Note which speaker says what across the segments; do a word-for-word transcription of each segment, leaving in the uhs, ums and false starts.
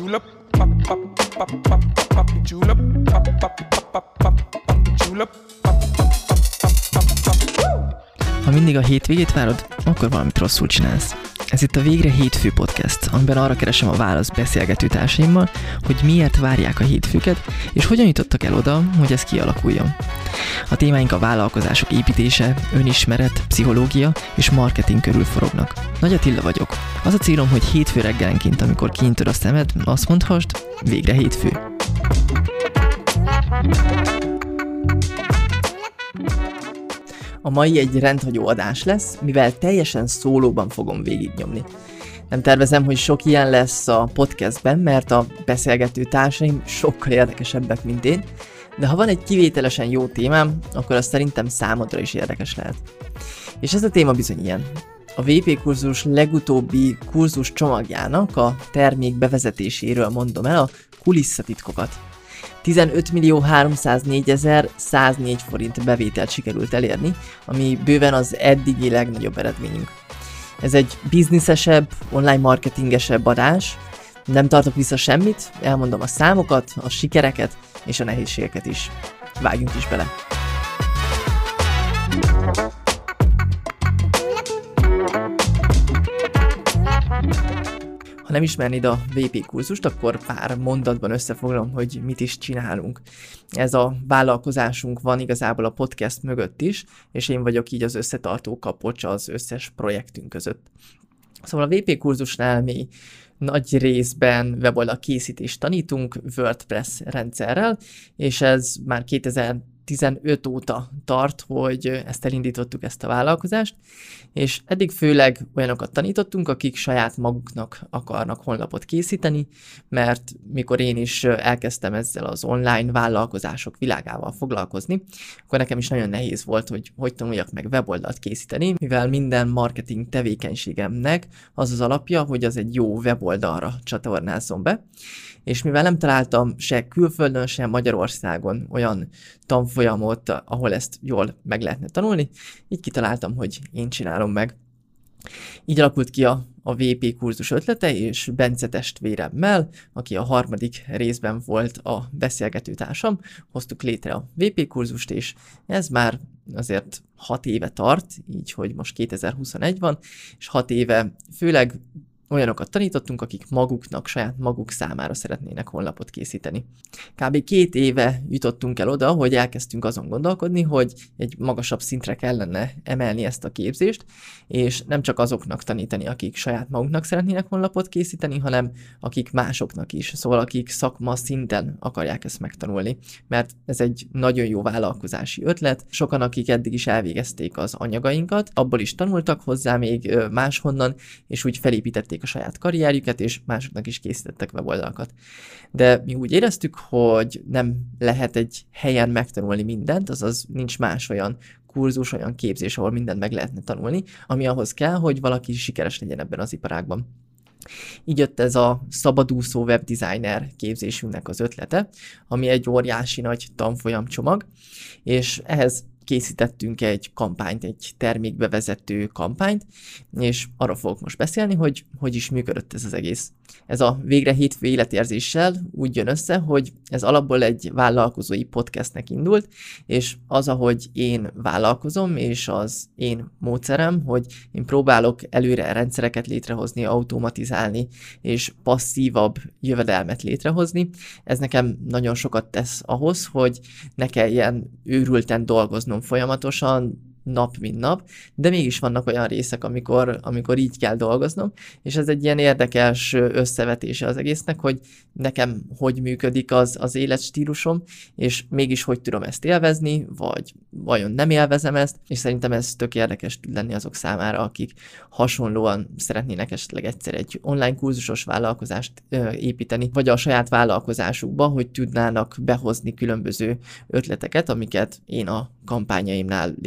Speaker 1: julep, pop pop pop pop pop julep, pop pop pop pop pop julep, pop pop pop pop pop.
Speaker 2: Ha mindig a hétvégét várod, akkor valamit rosszul csinálsz. Ez itt a Végre Hétfő Podcast, amiben arra keresem a választ beszélgető társaimmal, hogy miért várják a hétfőket, és hogyan jutottak el oda, hogy ez kialakuljon. A témáink a vállalkozások építése, önismeret, pszichológia és marketing körül forognak. Nagy Attila vagyok. Az a célom, hogy hétfő reggelenként, amikor kinyitod a szemed, azt mondhassd, végre hétfő. A mai egy rendhagyó adás lesz, mivel teljesen szólóban fogom végignyomni. Nem tervezem, hogy sok ilyen lesz a podcastben, mert a beszélgető társaim sokkal érdekesebbek, mint én, de ha van egy kivételesen jó témám, akkor az szerintem számodra is érdekes lehet. És ez a téma bizony ilyen. A vé pé kurzus legutóbbi kurzus csomagjának a termék bevezetéséről mondom el a kulisszatitkokat. tizenöt millió háromszáznégyezer-száznégy forint bevételt sikerült elérni, ami bőven az eddigi legnagyobb eredményünk. Ez egy bizniszesebb, online marketingesebb adás, nem tartok vissza semmit, elmondom a számokat, a sikereket és a nehézségeket is. Vágjunk is bele! Ha nem ismernéd a vé pé kurzust, akkor pár mondatban összefoglalom, hogy mit is csinálunk. Ez a vállalkozásunk van igazából a podcast mögött is, és én vagyok így az összetartó kapocs az összes projektünk között. Szóval a vé pé kurzusnál mi nagy részben weboldal készítést tanítunk WordPress rendszerrel, és ez már kétezer-tizenöt óta tart, hogy ezt elindítottuk, ezt a vállalkozást, és eddig főleg olyanokat tanítottunk, akik saját maguknak akarnak honlapot készíteni, mert mikor én is elkezdtem ezzel az online vállalkozások világával foglalkozni, akkor nekem is nagyon nehéz volt, hogy hogy tanuljak meg weboldalt készíteni, mivel minden marketing tevékenységemnek az az alapja, hogy az egy jó weboldalra csatornázzon be, és mivel nem találtam se külföldön, se Magyarországon olyan tanfolyamot, ahol ezt jól meg lehetne tanulni, így kitaláltam, hogy én csinálom meg. Így alakult ki a, a vé pé kurzus ötlete, és Bence testvéremmel, aki a harmadik részben volt a beszélgető társam, hoztuk létre a vé pé kurzust, és ez már azért hat éve tart, így hogy most kétezer-huszonegy van, és hat éve főleg olyanokat tanítottunk, akik maguknak, saját maguk számára szeretnének honlapot készíteni. Kb. két éve jutottunk el oda, hogy elkezdtünk azon gondolkodni, hogy egy magasabb szintre kellene emelni ezt a képzést, és nem csak azoknak tanítani, akik saját maguknak szeretnének honlapot készíteni, hanem akik másoknak is, szóval akik szakma szinten akarják ezt megtanulni, mert ez egy nagyon jó vállalkozási ötlet. Sokan, akik eddig is elvégezték az anyagainkat, abból is tanultak hozzá még máshonnan, és úgy felépítették a saját karrierjüket, és másoknak is készítettek weboldalakat. De mi úgy éreztük, hogy nem lehet egy helyen megtanulni mindent, azaz nincs más olyan kurzus, olyan képzés, ahol mindent meg lehetne tanulni, ami ahhoz kell, hogy valaki sikeres legyen ebben az iparágban. Így jött ez a szabadúszó webdesigner képzésünknek az ötlete, ami egy óriási nagy tanfolyamcsomag, és ehhez készítettünk egy kampányt, egy termékbevezető kampányt, és arról fogok most beszélni, hogy hogy is működött ez az egész. Ez a Végre Hétfő életérzéssel úgy jön össze, hogy ez alapból egy vállalkozói podcastnek indult, és az, ahogy én vállalkozom, és az én módszerem, hogy én próbálok előre rendszereket létrehozni, automatizálni, és passzívabb jövedelmet létrehozni, ez nekem nagyon sokat tesz ahhoz, hogy ne kelljen őrülten dolgoznom folyamatosan, nap mint nap, de mégis vannak olyan részek, amikor, amikor így kell dolgoznom, és ez egy ilyen érdekes összevetése az egésznek, hogy nekem hogy működik az, az életstílusom, és mégis hogy tudom ezt élvezni, vagy vajon nem élvezem ezt, és szerintem ez tök érdekes tud lenni azok számára, akik hasonlóan szeretnének esetleg egyszer egy online kurzusos vállalkozást ö, építeni, vagy a saját vállalkozásukba, hogy tudnának behozni különböző ötleteket, amiket én a kampányaimnál létrehozok.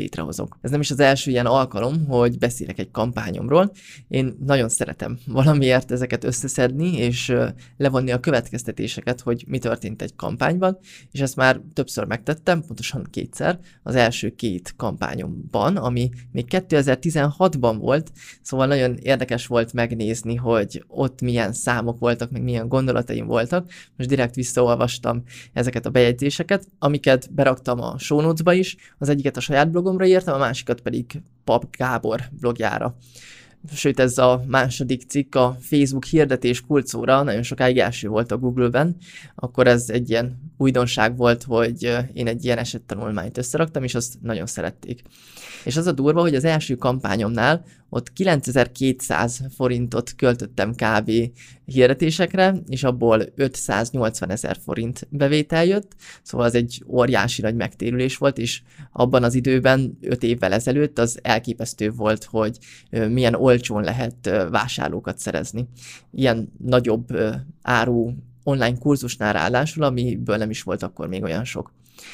Speaker 2: Sziasztok! Ez nem is az első ilyen alkalom, hogy beszélek egy kampányomról. Én nagyon szeretem valamiért ezeket összeszedni, és levonni a következtetéseket, hogy mi történt egy kampányban, és ezt már többször megtettem, pontosan kétszer, az első két kampányomban, ami még kétezer-tizenhatban volt, szóval nagyon érdekes volt megnézni, hogy ott milyen számok voltak, meg milyen gondolataim voltak. Most direkt visszaolvastam ezeket a bejegyzéseket, amiket beraktam a show notes-ba is, az egyiket a saját blogomra írtam, a másikat pedig Pap Gábor blogjára. Sőt, ez a második cikk a Facebook hirdetés kulcóra nagyon sokáig első volt a Google-ben, akkor ez egy ilyen újdonság volt, hogy én egy ilyen esettanulmányt összeraktam, és azt nagyon szerették. És az a durva, hogy az első kampányomnál ott kilencezer-kétszáz forintot költöttem kb. Hirdetésekre, és abból ötszáznyolcvanezer forint bevétel jött, szóval az egy óriási nagy megtérülés volt, és abban az időben, öt évvel ezelőtt az elképesztő volt, hogy milyen olcsón lehet vásárlókat szerezni. Ilyen nagyobb áru online kurzusnál ráadásul, amiből nem is volt akkor még olyan sok.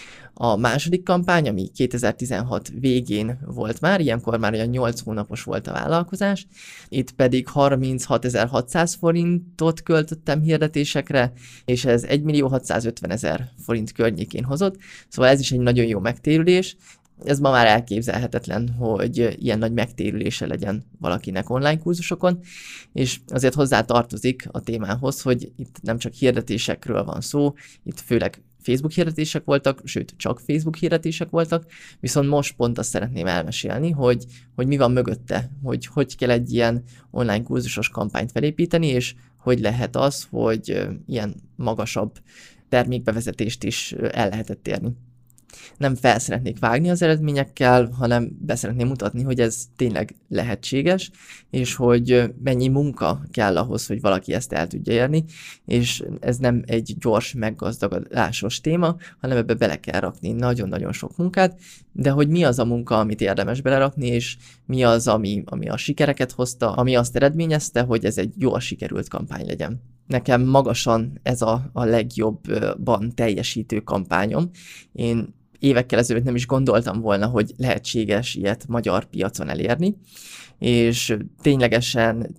Speaker 2: A második kampány, ami kétezer-tizenhat végén volt már, ilyenkor már olyan nyolc hónapos volt a vállalkozás, itt pedig harminchatezer-hatszáz forintot költöttem hirdetésekre, és ez egymillió-hatszázötvenezer forint környékén hozott, szóval ez is egy nagyon jó megtérülés. Ez ma már elképzelhetetlen, hogy ilyen nagy megtérülése legyen valakinek online kurzusokon, és azért hozzá tartozik a témához, hogy itt nem csak hirdetésekről van szó, itt főleg Facebook hirdetések voltak, sőt, csak Facebook hirdetések voltak, viszont most pont azt szeretném elmesélni, hogy, hogy mi van mögötte, hogy hogy kell egy ilyen online kurzusos kampányt felépíteni, és hogy lehet az, hogy ilyen magasabb termékbevezetést is el lehetett érni. Nem fel szeretnék vágni az eredményekkel, hanem be szeretném mutatni, hogy ez tényleg lehetséges, és hogy mennyi munka kell ahhoz, hogy valaki ezt el tudja érni, és ez nem egy gyors meggazdagodásos téma, hanem ebbe bele kell rakni nagyon-nagyon sok munkát, de hogy mi az a munka, amit érdemes belerakni, és mi az, ami, ami a sikereket hozta, ami azt eredményezte, hogy ez egy jól sikerült kampány legyen. Nekem magasan ez a, a legjobban teljesítő kampányom. Én évekkel ezelőtt nem is gondoltam volna, hogy lehetséges ilyet magyar piacon elérni, és ténylegesen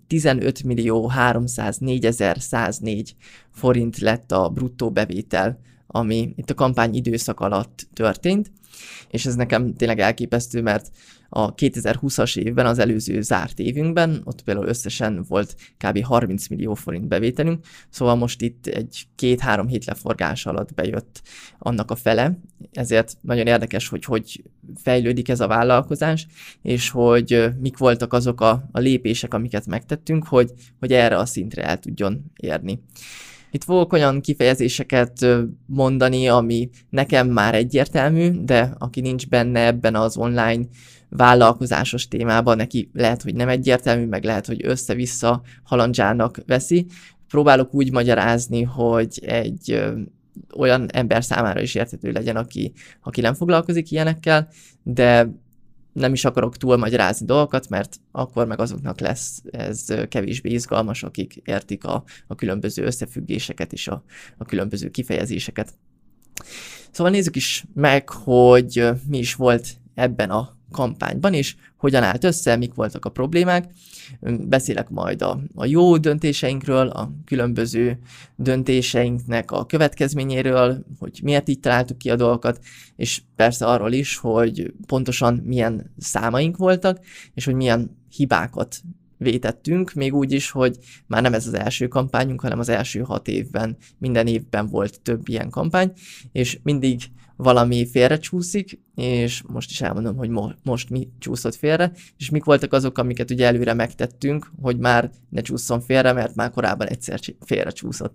Speaker 2: tizenötmillió-háromszáznégyezer-száznégy forint lett a bruttó bevétel, ami itt a kampány időszak alatt történt, és ez nekem tényleg elképesztő, mert a kétezer-húszas évben, az előző zárt évünkben, ott például összesen volt kb. harminc millió forint bevételünk, szóval most itt egy két-három hét leforgás alatt bejött annak a fele, ezért nagyon érdekes, hogy hogy fejlődik ez a vállalkozás, és hogy mik voltak azok a, a lépések, amiket megtettünk, hogy, hogy erre a szintre el tudjon érni. Itt fogok olyan kifejezéseket mondani, ami nekem már egyértelmű, de aki nincs benne ebben az online vállalkozásos témában, neki lehet, hogy nem egyértelmű, meg lehet, hogy össze-vissza halandzsának veszi. Próbálok úgy magyarázni, hogy egy ö, olyan ember számára is érthető legyen, aki, aki nem foglalkozik ilyenekkel, de nem is akarok túl magyarázni dolgokat, mert akkor meg azoknak lesz ez kevésbé izgalmas, akik értik a, a különböző összefüggéseket és a, a különböző kifejezéseket. Szóval nézzük is meg, hogy mi is volt ebben a kampányban, és hogyan állt össze, mik voltak a problémák. Beszélek majd a, a jó döntéseinkről, a különböző döntéseinknek a következményéről, hogy miért így találtuk ki a dolgokat, és persze arról is, hogy pontosan milyen számaink voltak, és hogy milyen hibákat vétettünk, még úgy is, hogy már nem ez az első kampányunk, hanem az első hat évben, minden évben volt több ilyen kampány, és mindig valami félrecsúszik, és most is elmondom, hogy mo- most mi csúszott félre, és mik voltak azok, amiket ugye előre megtettünk, hogy már ne csúszson félre, mert már korábban egyszer félrecsúszott.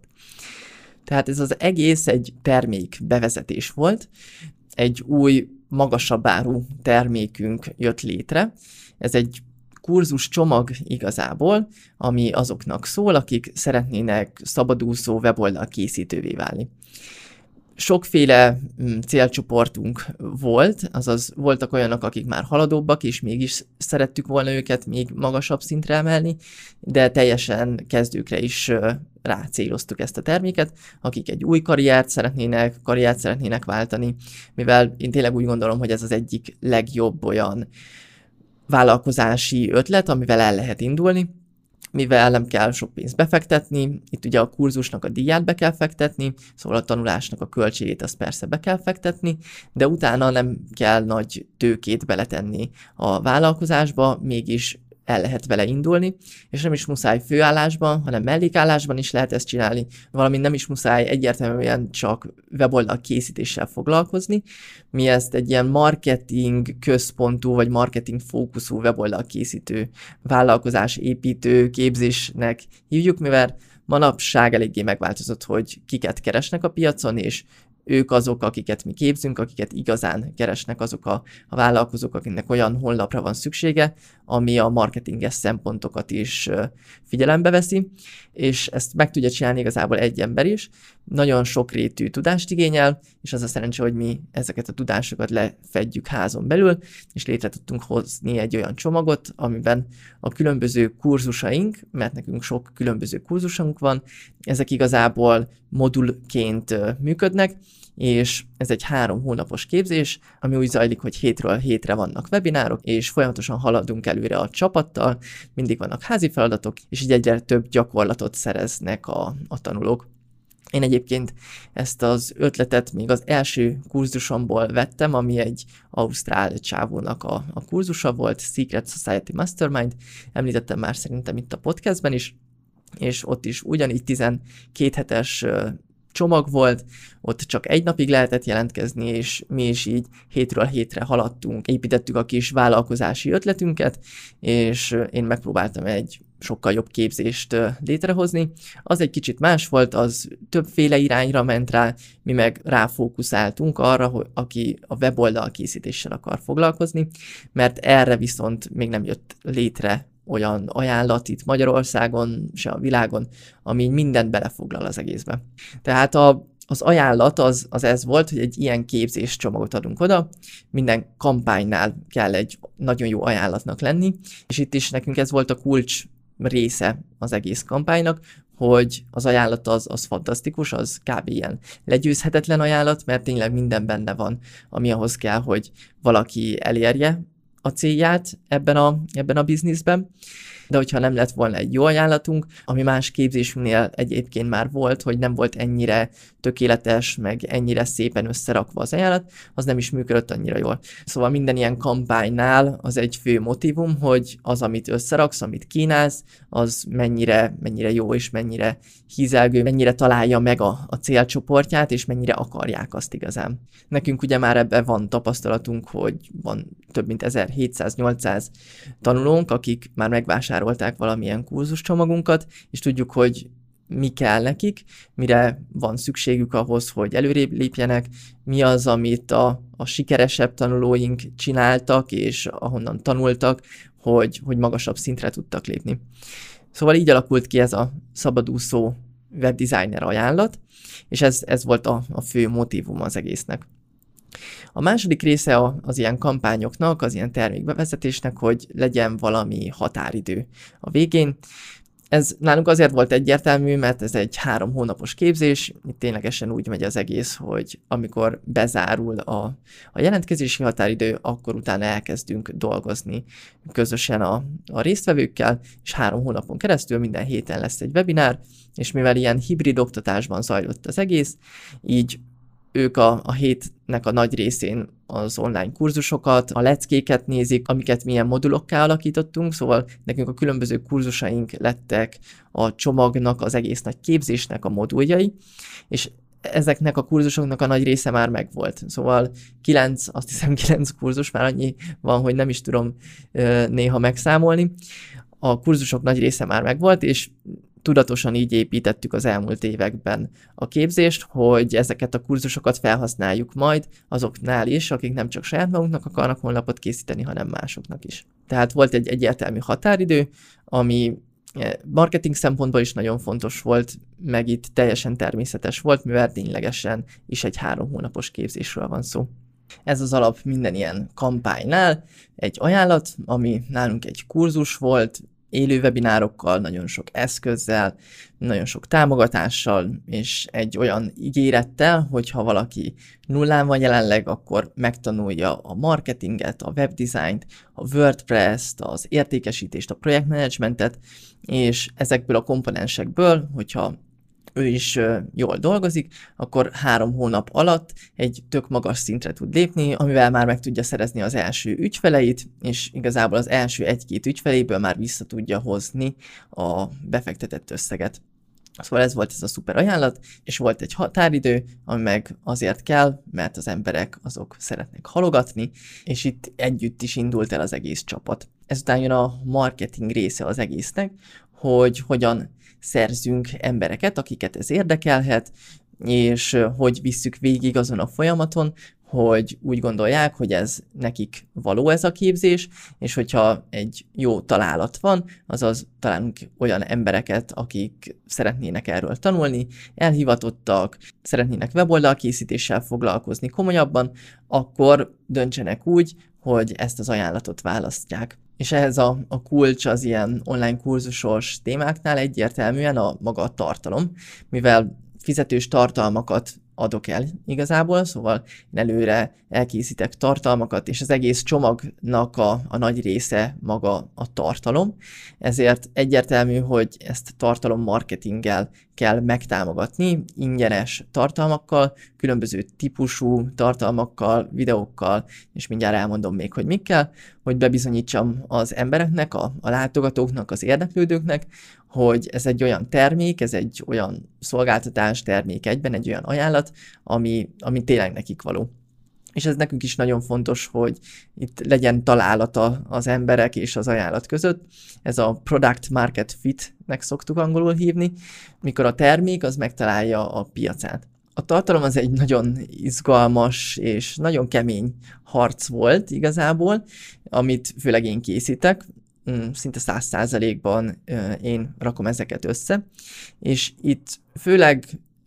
Speaker 2: Tehát ez az egész egy termék bevezetés volt, egy új, magasabb áru termékünk jött létre, ez egy kurzus csomag igazából, ami azoknak szól, akik szeretnének szabadúszó weboldal készítővé válni. Sokféle célcsoportunk volt, azaz voltak olyanok, akik már haladóbbak, és mégis szerettük volna őket még magasabb szintre emelni, de teljesen kezdőkre is rácéloztuk ezt a terméket, akik egy új karriert szeretnének, karriert szeretnének váltani, mivel én tényleg úgy gondolom, hogy ez az egyik legjobb olyan vállalkozási ötlet, amivel el lehet indulni, mivel nem kell sok pénzt befektetni, itt ugye a kurzusnak a díját be kell fektetni, szóval a tanulásnak a költségét azt persze be kell fektetni, de utána nem kell nagy tőkét beletenni a vállalkozásba, mégis el lehet vele indulni, és nem is muszáj főállásban, hanem mellékállásban is lehet ezt csinálni, valamint nem is muszáj egyértelműen csak weboldal készítéssel foglalkozni. Mi ezt egy ilyen marketing központú, vagy marketing fókuszú weboldal készítő, vállalkozás építő képzésnek hívjuk, mivel manapság eléggé megváltozott, hogy kiket keresnek a piacon, és ők azok, akiket mi képzünk, akiket igazán keresnek, azok a, a vállalkozók, akiknek olyan honlapra van szüksége, ami a marketinges szempontokat is figyelembe veszi, és ezt meg tudja csinálni igazából egy ember is. Nagyon sokrétű tudást igényel, és az a szerencsé, hogy mi ezeket a tudásokat lefedjük házon belül, és létre tudtunk hozni egy olyan csomagot, amiben a különböző kurzusaink, mert nekünk sok különböző kurzusunk van, ezek igazából modulként működnek, és ez egy három hónapos képzés, ami úgy zajlik, hogy hétről hétre vannak webinárok, és folyamatosan haladunk előre a csapattal, mindig vannak házi feladatok, és így egyre több gyakorlatot szereznek a, a tanulók. Én egyébként ezt az ötletet még az első kurzusomból vettem, ami egy ausztrál csávónak a, a kurzusa volt, Secret Society Mastermind, említettem már szerintem itt a podcastben is, és ott is ugyanígy tizenkét hetes csomag volt, ott csak egy napig lehetett jelentkezni, és mi is így hétről hétre haladtunk, építettük a kis vállalkozási ötletünket, és én megpróbáltam egy sokkal jobb képzést létrehozni. Az egy kicsit más volt, az többféle irányra ment rá, mi meg ráfókuszáltunk arra, hogy aki a weboldal készítéssel akar foglalkozni, mert erre viszont még nem jött létre olyan ajánlat itt Magyarországon, se a világon, ami mindent belefoglal az egészbe. Tehát a, az ajánlat az, az ez volt, hogy egy ilyen képzéscsomagot adunk oda, minden kampánynál kell egy nagyon jó ajánlatnak lenni, és itt is nekünk ez volt a kulcs része az egész kampánynak, hogy az ajánlat az, az fantasztikus, az kb. Ilyen legyőzhetetlen ajánlat, mert tényleg minden benne van, ami ahhoz kell, hogy valaki elérje a célját ebben a, ebben a bizniszben, de hogyha nem lett volna egy jó ajánlatunk, ami más képzésünknél egyébként már volt, hogy nem volt ennyire tökéletes, meg ennyire szépen összerakva az ajánlat, az nem is működött annyira jól. Szóval minden ilyen kampánynál az egy fő motívum, hogy az, amit összeraksz, amit kínálsz, az mennyire, mennyire jó és mennyire hízelgő, mennyire találja meg a, a célcsoportját, és mennyire akarják azt igazán. Nekünk ugye már ebben van tapasztalatunk, hogy van több mint ezerhétszáz-nyolcszáz tanulónk, akik már megvásárolták valamilyen kurzuscsomagunkat, és tudjuk, hogy mi kell nekik, mire van szükségük ahhoz, hogy előrébb lépjenek, mi az, amit a, a sikeresebb tanulóink csináltak, és ahonnan tanultak, hogy, hogy magasabb szintre tudtak lépni. Szóval így alakult ki ez a szabadúszó webdesigner ajánlat, és ez, ez volt a, a fő motívum az egésznek. A második része az ilyen kampányoknak, az ilyen termékbevezetésnek, hogy legyen valami határidő a végén. Ez nálunk azért volt egyértelmű, mert ez egy három hónapos képzés, itt ténylegesen úgy megy az egész, hogy amikor bezárul a, a jelentkezési határidő, akkor utána elkezdünk dolgozni közösen a, a résztvevőkkel, és három hónapon keresztül minden héten lesz egy webinár, és mivel ilyen hibrid oktatásban zajlott az egész, így ők a, a hétnek a nagy részén az online kurzusokat, a leckéket nézik, amiket milyen modulokká alakítottunk, szóval nekünk a különböző kurzusaink lettek a csomagnak, az egész nagy képzésnek a moduljai, és ezeknek a kurzusoknak a nagy része már megvolt. Szóval kilenc, azt hiszem kilenc kurzus, már annyi van, hogy nem is tudom néha megszámolni. A kurzusok nagy része már megvolt, és tudatosan így építettük az elmúlt években a képzést, hogy ezeket a kurzusokat felhasználjuk majd azoknál is, akik nem csak saját magunknak akarnak honlapot készíteni, hanem másoknak is. Tehát volt egy egyértelmű határidő, ami Marketing szempontból is nagyon fontos volt, meg itt teljesen természetes volt, mivel ténylegesen is egy három hónapos képzésről van szó. Ez az alap minden ilyen kampánynál, egy ajánlat, ami nálunk egy kurzus volt, élő webinárokkal, nagyon sok eszközzel, nagyon sok támogatással, és egy olyan ígérettel, hogy ha valaki nullán van jelenleg, akkor megtanulja a marketinget, a webdesignt, a WordPress-t, az értékesítést, a projektmenedzsmentet, és ezekből a komponensekből, hogyha ő is jól dolgozik, akkor három hónap alatt egy tök magas szintre tud lépni, amivel már meg tudja szerezni az első ügyfeleit, és igazából az első egy-két ügyfeléből már vissza tudja hozni a befektetett összeget. Szóval ez volt ez a szuper ajánlat, és volt egy határidő, ami meg azért kell, mert az emberek azok szeretnek halogatni, és itt együtt is indult el az egész csapat. Ezután jön a marketing része az egésznek, hogy hogyan szerzünk embereket, akiket ez érdekelhet, és hogy visszük végig azon a folyamaton, hogy úgy gondolják, hogy ez nekik való ez a képzés, és hogyha egy jó találat van, azaz találunk olyan embereket, akik szeretnének erről tanulni, elhivatottak, szeretnének weboldalkészítéssel foglalkozni komolyabban, akkor döntsenek úgy, hogy ezt az ajánlatot választják. És ehhez a, a kulcs az ilyen online kurzusos témáknál egyértelműen a maga a tartalom, mivel fizetős tartalmakat adok el igazából, szóval én előre elkészítek tartalmakat, és az egész csomagnak a, a nagy része maga a tartalom, ezért egyértelmű, hogy ezt tartalommarketinggel kell megtámogatni, ingyenes tartalmakkal, különböző típusú tartalmakkal, videókkal, és mindjárt elmondom még, hogy mikkel, hogy bebizonyítsam az embereknek, a, a látogatóknak, az érdeklődőknek, hogy ez egy olyan termék, ez egy olyan szolgáltatás, termék egyben, egy olyan ajánlat, ami, ami tényleg nekik való. És ez nekünk is nagyon fontos, hogy itt legyen találata az emberek és az ajánlat között. Ez a product market fit-nek szoktuk angolul hívni, mikor a termék az megtalálja a piacát. A tartalom az egy nagyon izgalmas és nagyon kemény harc volt igazából, amit főleg én készítek, szinte száz százalékban én rakom ezeket össze, és itt főleg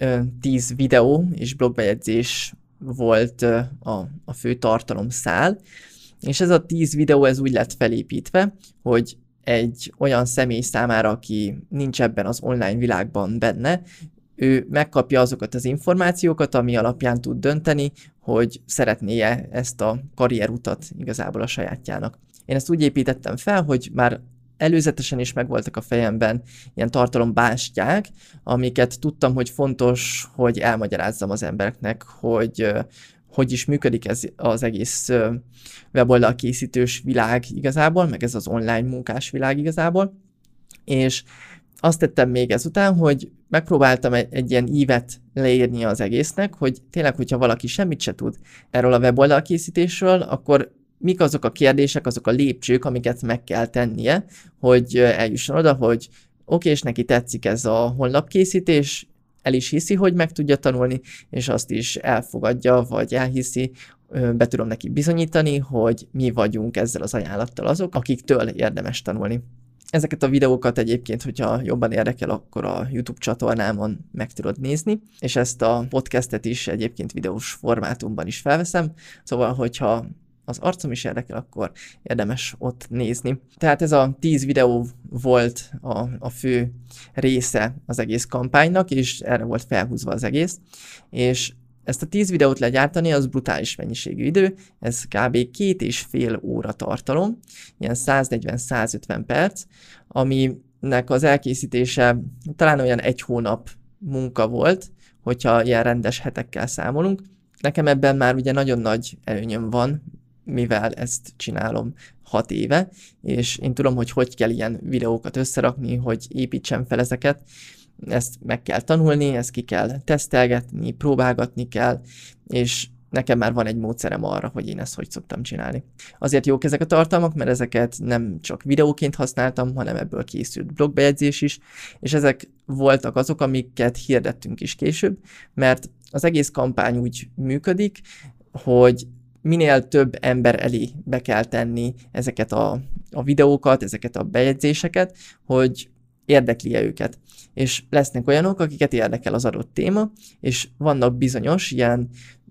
Speaker 2: tíz videó és blogbejegyzés volt a, a fő tartalomszál, és ez a tíz videó ez úgy lett felépítve, hogy egy olyan személy számára, aki nincs ebben az online világban benne, ő megkapja azokat az információkat, ami alapján tud dönteni, hogy szeretné-e ezt a karrierutat igazából a sajátjának. Én ezt úgy építettem fel, hogy már előzetesen is megvoltak a fejemben ilyen tartalombástyák, amiket tudtam, hogy fontos, hogy elmagyarázzam az embereknek, hogy hogy is működik ez az egész weboldal készítős világ igazából, meg ez az online munkás világ igazából. És azt tettem még ezután, hogy megpróbáltam egy, egy ilyen ívet leírni az egésznek, hogy tényleg, hogyha valaki semmit se tud erről a weboldal készítésről, akkor mik azok a kérdések, azok a lépcsők, amiket meg kell tennie, hogy eljusson oda, hogy oké, és neki tetszik ez a honlapkészítés, el is hiszi, hogy meg tudja tanulni, és azt is elfogadja, vagy elhiszi, be tudom neki bizonyítani, hogy mi vagyunk ezzel az ajánlattal azok, akiktől érdemes tanulni. Ezeket a videókat egyébként, hogyha jobban érdekel, akkor a YouTube csatornámon meg tudod nézni, és ezt a podcastet is egyébként videós formátumban is felveszem, szóval, hogyha az arcom is érdekel, akkor érdemes ott nézni. Tehát ez a tíz videó volt a, a fő része az egész kampánynak, és erre volt felhúzva az egész, és ezt a tíz videót legyártani, az brutális mennyiségű idő, ez kb. két és fél óra tartalom, ilyen száznegyven-százötven perc, aminek az elkészítése talán olyan egy hónap munka volt, hogyha ilyen rendes hetekkel számolunk. Nekem ebben már ugye nagyon nagy előnyöm van, mivel ezt csinálom hat éve, és én tudom, hogy hogy kell ilyen videókat összerakni, hogy építsem fel ezeket. Ezt meg kell tanulni, ezt ki kell tesztelgetni, próbálgatni kell, és nekem már van egy módszerem arra, hogy én ezt hogy szoktam csinálni. Azért jók ezek a tartalmak, mert ezeket nem csak videóként használtam, hanem ebből készült blogbejegyzés is, és ezek voltak azok, amiket hirdettünk is később, mert az egész kampány úgy működik, hogy minél több ember elé be kell tenni ezeket a, a videókat, ezeket a bejegyzéseket, hogy érdekli-e őket. És lesznek olyanok, akiket érdekel az adott téma, és vannak bizonyos ilyen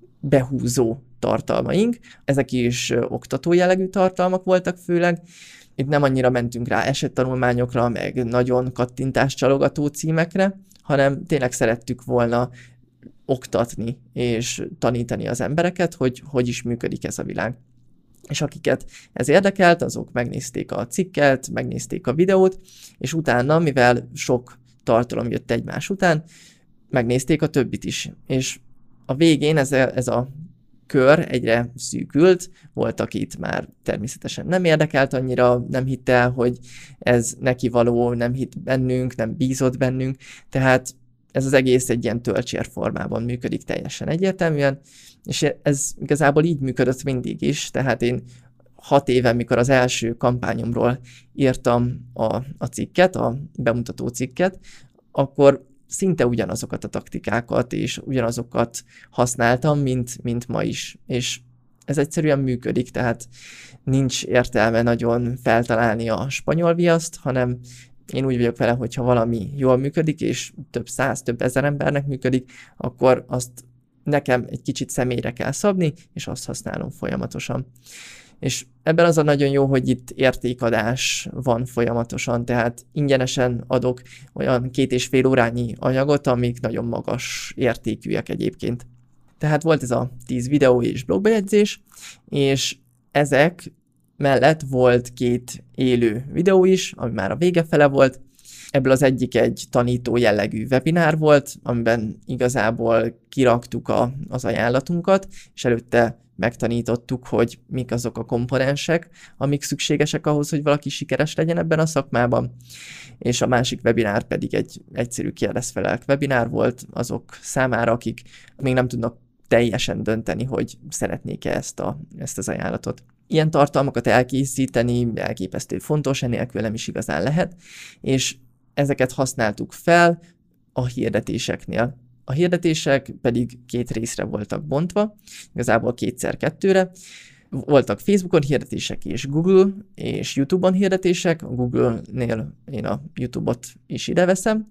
Speaker 2: behúzó tartalmaink. Ezek is oktató jellegű tartalmak voltak főleg. Itt nem annyira mentünk rá esettanulmányokra, meg nagyon kattintáscsalogató címekre, hanem tényleg szerettük volna oktatni és tanítani az embereket, hogy hogy is működik ez a világ. És akiket ez érdekelt, azok megnézték a cikket, megnézték a videót, és utána, mivel sok tartalom jött egymás után, megnézték a többit is. És a végén ez a, ez a kör egyre szűkült, volt, akit már természetesen nem érdekelt annyira, nem hitte el, hogy ez neki való, nem hitt bennünk, nem bízott bennünk, tehát ez az egész egy ilyen töltsér formában működik teljesen egyértelműen, és ez igazából így működött mindig is, tehát én hat éve, mikor az első kampányomról írtam a, a cikket, a bemutató cikket, akkor szinte ugyanazokat a taktikákat és ugyanazokat használtam, mint, mint ma is. És ez egyszerűen működik, tehát nincs értelme nagyon feltalálni a spanyol viaszt, hanem én úgy vagyok vele, hogyha valami jól működik, és több száz, több ezer embernek működik, akkor azt nekem egy kicsit személyre kell szabni, és azt használom folyamatosan. És ebben az a nagyon jó, hogy itt értékadás van folyamatosan, tehát ingyenesen adok olyan két és fél órányi anyagot, amik nagyon magas értékűek egyébként. Tehát volt ez a tíz videó és blogbejegyzés, és ezek mellett volt két élő videó is, ami már a vége fele volt. Ebből az egyik egy tanító jellegű webinár volt, amiben igazából kiraktuk a, az ajánlatunkat, és előtte megtanítottuk, hogy mik azok a komponensek, amik szükségesek ahhoz, hogy valaki sikeres legyen ebben a szakmában. És a másik webinár pedig egy egyszerű kérdezfelelek webinár volt azok számára, akik még nem tudnak teljesen dönteni, hogy szeretnék-e ezt, a, ezt az ajánlatot. Ilyen tartalmakat elkészíteni elképesztő fontos, enélkül nem is igazán lehet, és ezeket használtuk fel a hirdetéseknél. A hirdetések pedig két részre voltak bontva, igazából kétszer kettőre. Voltak Facebookon hirdetések és Google és YouTube-on hirdetések, a Google-nél én a YouTube-ot is ide veszem,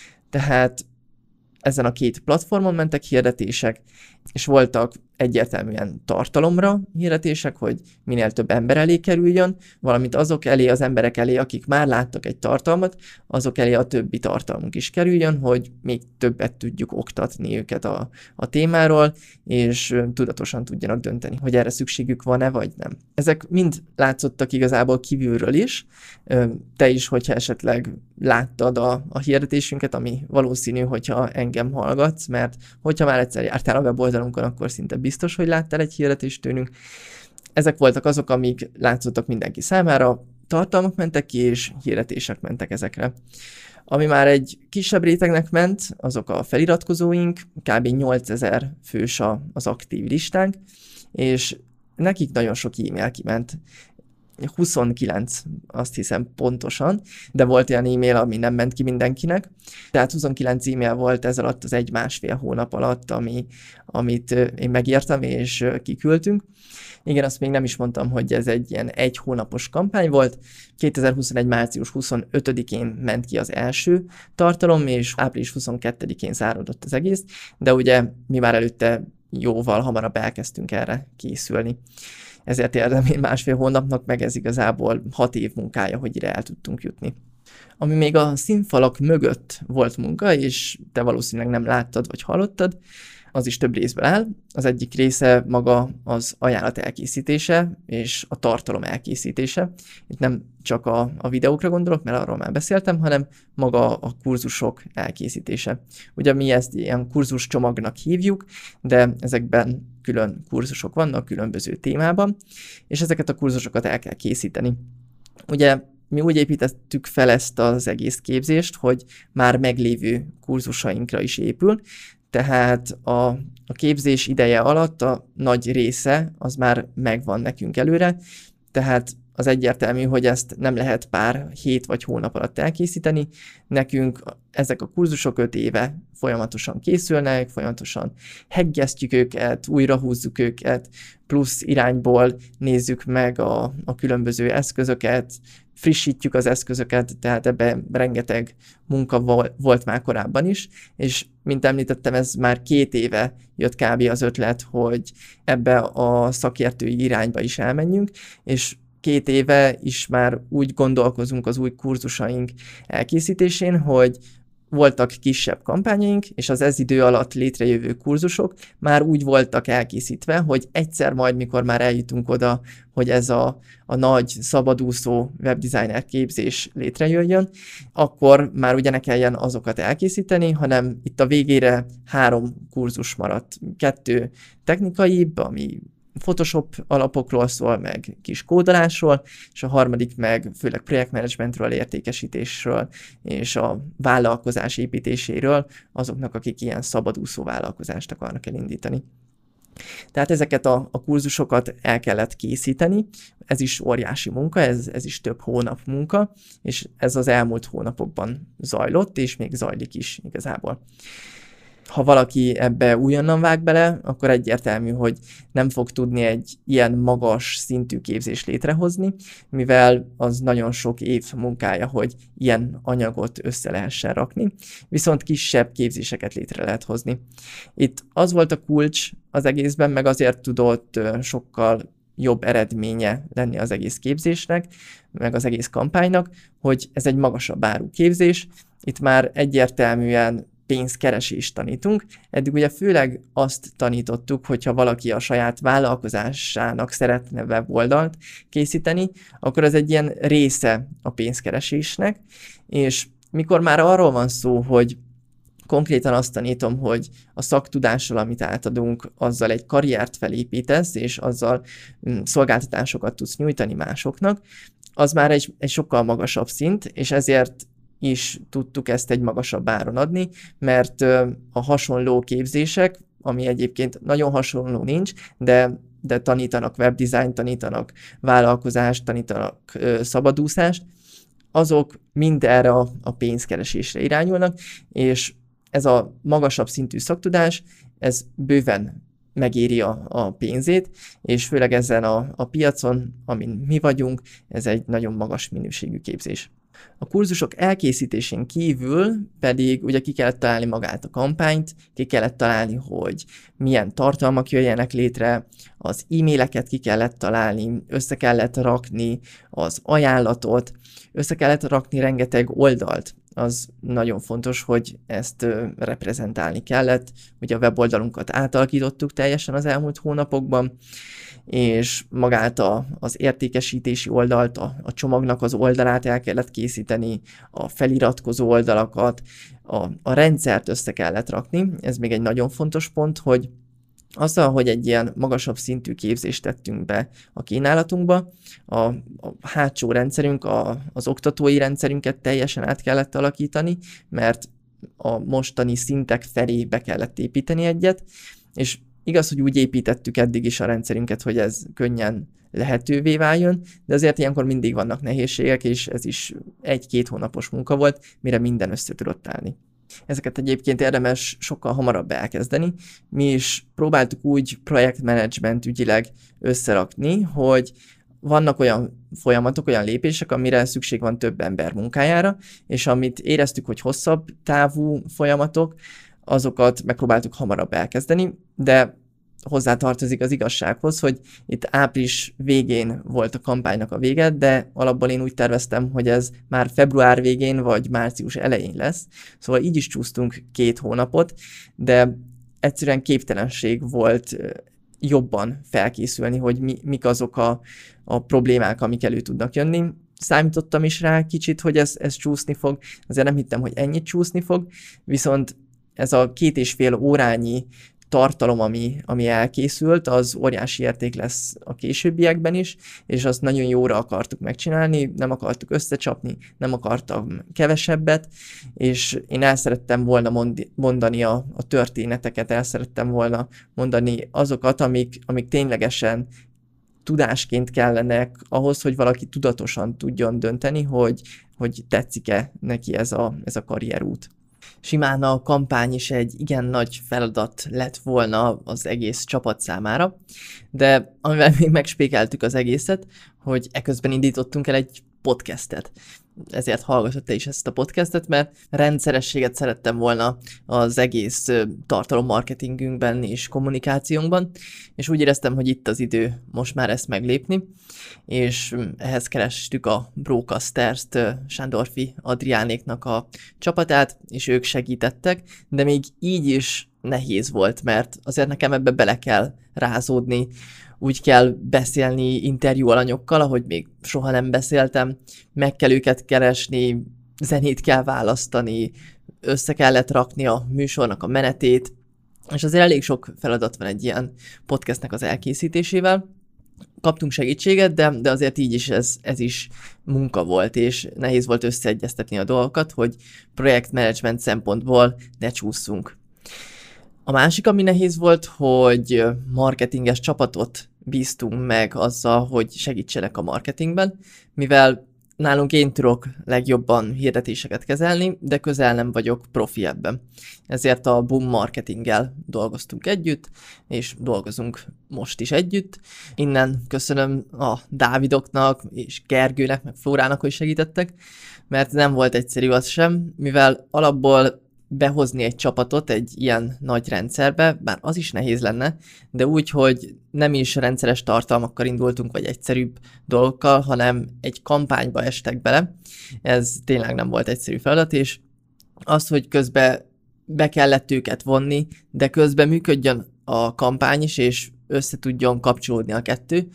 Speaker 2: tehát ezen a két platformon mentek hirdetések, és voltak egyértelműen tartalomra hirdetések, hogy minél több ember elé kerüljön, valamint azok elé, az emberek elé, akik már láttak egy tartalmat, azok elé a többi tartalmunk is kerüljön, hogy még többet tudjuk oktatni őket a, a témáról, és tudatosan tudjanak dönteni, hogy erre szükségük van-e, vagy nem. Ezek mind látszottak igazából kívülről is. Te is, hogyha esetleg láttad a, a hirdetésünket, ami valószínű, hogyha engem hallgatsz, mert hogyha már egyszer jártál a weboldalunkon, akkor szinte biztos, hogy láttál egy hirdetést tőlünk. Ezek voltak azok, amik látszottak mindenki számára, tartalmak mentek ki, és hirdetések mentek ezekre. Ami már egy kisebb rétegnek ment, azok a feliratkozóink, kb. nyolcezer fős az aktív listánk, és nekik nagyon sok e-mail kiment. huszonkilenc, azt hiszem pontosan, de volt olyan e-mail, ami nem ment ki mindenkinek. Tehát huszonkilenc e-mail volt ez alatt az egy-másfél hónap alatt, ami, amit én megírtam és kiküldtünk. Igen, azt még nem is mondtam, hogy ez egy ilyen egy hónapos kampány volt. kétezer-huszonegy. március huszonötödikén ment ki az első tartalom, és április huszonkettedikén záródott az egész, de ugye mi már előtte jóval hamarabb elkezdtünk erre készülni. Ezért érdemén másfél hónapnak, meg ez igazából hat év munkája, hogy ide el tudtunk jutni. Ami még a színfalak mögött volt munka, és te valószínűleg nem láttad vagy hallottad, az is több részből áll. Az egyik része maga az ajánlat elkészítése és a tartalom elkészítése. Itt nem csak a, a videókra gondolok, mert arról már beszéltem, hanem maga a kurzusok elkészítése. Ugye mi ezt ilyen kurzus csomagnak hívjuk, de ezekben külön kurzusok vannak különböző témában, és ezeket a kurzusokat el kell készíteni. Ugye mi úgy építettük fel ezt az egész képzést, hogy már meglévő kurzusainkra is épül, tehát a, a képzés ideje alatt a nagy része az már megvan nekünk előre, tehát az egyértelmű, hogy ezt nem lehet pár hét vagy hónap alatt elkészíteni. Nekünk ezek a kurzusok öt éve folyamatosan készülnek, folyamatosan heggesztjük őket, újra húzzuk őket, plusz irányból nézzük meg a, a különböző eszközöket, frissítjük az eszközöket, tehát ebben rengeteg munka volt már korábban is, és mint említettem, ez már két éve jött kb. Az ötlet, hogy ebbe a szakértői irányba is elmenjünk, és két éve is már úgy gondolkozunk az új kurzusaink elkészítésén, hogy voltak kisebb kampányaink, és az ez idő alatt létrejövő kurzusok már úgy voltak elkészítve, hogy egyszer majd, mikor már eljutunk oda, hogy ez a, a nagy szabadúszó webdesigner képzés létrejöjjön, akkor már ugye ne kelljen azokat elkészíteni, hanem itt a végére három kurzus maradt. Kettő technikaibb, ami Photoshop alapokról szól, meg kis kódolásról, és a harmadik meg főleg projektmenedzsmentről, értékesítésről, és a vállalkozás építéséről azoknak, akik ilyen szabadúszó vállalkozást akarnak elindítani. Tehát ezeket a, a kurzusokat el kellett készíteni, ez is óriási munka, ez, ez is több hónap munka, és ez az elmúlt hónapokban zajlott, és még zajlik is igazából. Ha valaki ebbe újonnan vág bele, akkor egyértelmű, hogy nem fog tudni egy ilyen magas szintű képzést létrehozni, mivel az nagyon sok év munkája, hogy ilyen anyagot össze lehessen rakni, viszont kisebb képzéseket létre lehet hozni. Itt az volt a kulcs az egészben, meg azért tudott sokkal jobb eredménye lenni az egész képzésnek, meg az egész kampánynak, hogy ez egy magasabb áru képzés, itt már egyértelműen pénzkeresést tanítunk. Eddig ugye főleg azt tanítottuk, hogyha valaki a saját vállalkozásának szeretne weboldalt készíteni, akkor az egy ilyen része a pénzkeresésnek, és mikor már arról van szó, hogy konkrétan azt tanítom, hogy a szaktudással, amit átadunk, azzal egy karriert felépítesz, és azzal szolgáltatásokat tudsz nyújtani másoknak, az már egy, egy sokkal magasabb szint, és ezért is tudtuk ezt egy magasabb áron adni, mert a hasonló képzések, ami egyébként nagyon hasonló nincs, de, de tanítanak webdesign, tanítanak vállalkozást, tanítanak ö, szabadúszást, azok mind erre a, a pénzkeresésre irányulnak, és ez a magasabb szintű szaktudás, ez bőven megéri a, a pénzét, és főleg ezen a, a piacon, amin mi vagyunk, ez egy nagyon magas minőségű képzés. A kurzusok elkészítésén kívül pedig ugye ki kellett találni magát a kampányt, ki kellett találni, hogy milyen tartalmak jöjjenek létre, az e-maileket ki kellett találni, össze kellett rakni az ajánlatot, össze kellett rakni rengeteg oldalt. Az nagyon fontos, hogy ezt reprezentálni kellett. Ugye a weboldalunkat átalakítottuk teljesen az elmúlt hónapokban, és magát a, az értékesítési oldalt, a, a csomagnak az oldalát el kellett készíteni, a feliratkozó oldalakat, a, a rendszert össze kellett rakni. Ez még egy nagyon fontos pont, hogy azzal, hogy egy ilyen magasabb szintű képzést tettünk be a kínálatunkba, a, a hátsó rendszerünk, a, az oktatói rendszerünket teljesen át kellett alakítani, mert a mostani szintek felé be kellett építeni egyet, és igaz, hogy úgy építettük eddig is a rendszerünket, hogy ez könnyen lehetővé váljon, de azért ilyenkor mindig vannak nehézségek, és ez is egy-két hónapos munka volt, mire minden össze tudott állni. Ezeket egyébként érdemes sokkal hamarabb elkezdeni. Mi is próbáltuk úgy projektmenedzsment ügyileg összerakni, hogy vannak olyan folyamatok, olyan lépések, amire szükség van több ember munkájára, és amit éreztük, hogy hosszabb távú folyamatok, azokat megpróbáltuk hamarabb elkezdeni, de hozzátartozik az igazsághoz, hogy itt április végén volt a kampánynak a vége, de alapból én úgy terveztem, hogy ez már február végén vagy március elején lesz, szóval így is csúsztunk két hónapot, de egyszerűen képtelenség volt jobban felkészülni, hogy mi, mik azok a, a problémák, amik elő tudnak jönni. Számítottam is rá kicsit, hogy ez, ez csúszni fog, azért nem hittem, hogy ennyit csúszni fog, viszont ez a két és fél órányi tartalom, ami, ami elkészült, az óriási érték lesz a későbbiekben is, és azt nagyon jóra akartuk megcsinálni, nem akartuk összecsapni, nem akartam kevesebbet, és én el szerettem volna mondani a, a történeteket, el szerettem volna mondani azokat, amik, amik ténylegesen tudásként kellenek ahhoz, hogy valaki tudatosan tudjon dönteni, hogy, hogy tetszik-e neki ez a, ez a karrierút. Simán a kampány is egy igen nagy feladat lett volna az egész csapat számára, de amivel még megspékeltük az egészet, hogy eközben indítottunk el egy podcastet. Ezért hallgatott te is ezt a podcastet, mert rendszerességet szerettem volna az egész tartalommarketingünkben és kommunikációnkban, és úgy éreztem, hogy itt az idő most már ezt meglépni, és ehhez kerestük a Brocasters-t, Sándorfi Adriánéknak a csapatát, és ők segítettek, de még így is nehéz volt, mert azért nekem ebbe bele kell rázódni, úgy kell beszélni interjú alanyokkal, ahogy még soha nem beszéltem, meg kell őket keresni, zenét kell választani, össze kellett rakni a műsornak a menetét, és azért elég sok feladat van egy ilyen podcastnek az elkészítésével. Kaptunk segítséget, de, de azért így is ez, ez is munka volt, és nehéz volt összeegyeztetni a dolgokat, hogy projektmenedzsment szempontból ne csúszunk. A másik, ami nehéz volt, hogy marketinges csapatot bíztunk meg azzal, hogy segítsenek a marketingben, mivel nálunk én tudok legjobban hirdetéseket kezelni, de közel nem vagyok profi ebben. Ezért a Boom Marketinggel dolgoztunk együtt, és dolgozunk most is együtt. Innen köszönöm a Dávidoknak, és Gergőnek, meg Flórának, hogy segítettek, mert nem volt egyszerű az sem, mivel alapból behozni egy csapatot egy ilyen nagy rendszerbe, bár az is nehéz lenne, de úgy, hogy nem is rendszeres tartalmakkal indultunk, vagy egyszerűbb dolgokkal, hanem egy kampányba estek bele. Ez tényleg nem volt egyszerű feladat, és az, hogy közben be kellett őket vonni, de közben működjön a kampány is, és össze tudjon kapcsolódni a kettő,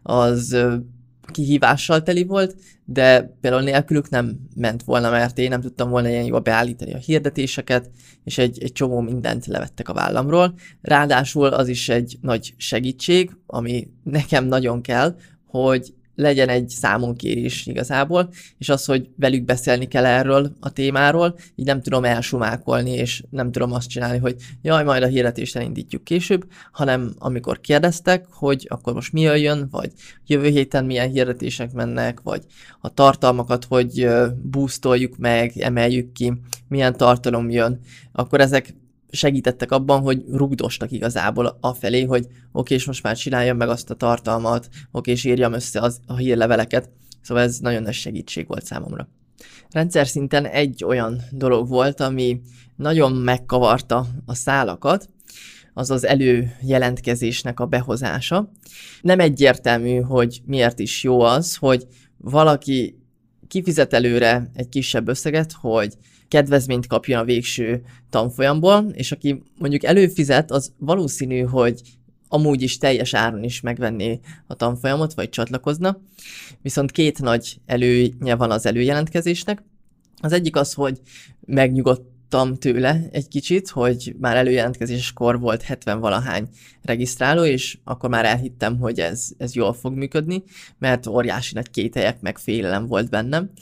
Speaker 2: az kihívással teli volt, de például nélkülük nem ment volna, mert én nem tudtam volna ilyen jól beállítani a hirdetéseket, és egy, egy csomó mindent levettek a vállamról. Ráadásul az is egy nagy segítség, ami nekem nagyon kell, hogy legyen egy számonkérés igazából, és az, hogy velük beszélni kell erről a témáról, így nem tudom elsumákolni, és nem tudom azt csinálni, hogy jaj, majd a hirdetést elindítjuk később, hanem amikor kérdeztek, hogy akkor most mi jöjjön, vagy jövő héten milyen hirdetések mennek, vagy a tartalmakat, hogy boostoljuk meg, emeljük ki, milyen tartalom jön, akkor ezek segítettek abban, hogy rugdostak igazából afelé, hogy oké, és most már csináljam meg azt a tartalmat, oké, és írjam össze az, a hírleveleket, szóval ez nagyon nagy segítség volt számomra. Rendszer szinten egy olyan dolog volt, ami nagyon megkavarta a szálakat, az az előjelentkezésnek a behozása. Nem egyértelmű, hogy miért is jó az, hogy valaki kifizet előre egy kisebb összeget, hogy kedvezményt kapjon a végső tanfolyamból, és aki mondjuk előfizet, az valószínű, hogy amúgy is teljes áron is megvenné a tanfolyamot, vagy csatlakozna. Viszont két nagy előnye van az előjelentkezésnek. Az egyik az, hogy megnyugodtam tőle egy kicsit, hogy már előjelentkezéskor volt hetven-valahány regisztráló, és akkor már elhittem, hogy ez, ez jól fog működni, mert óriási nagy kételyek meg félelem volt bennem.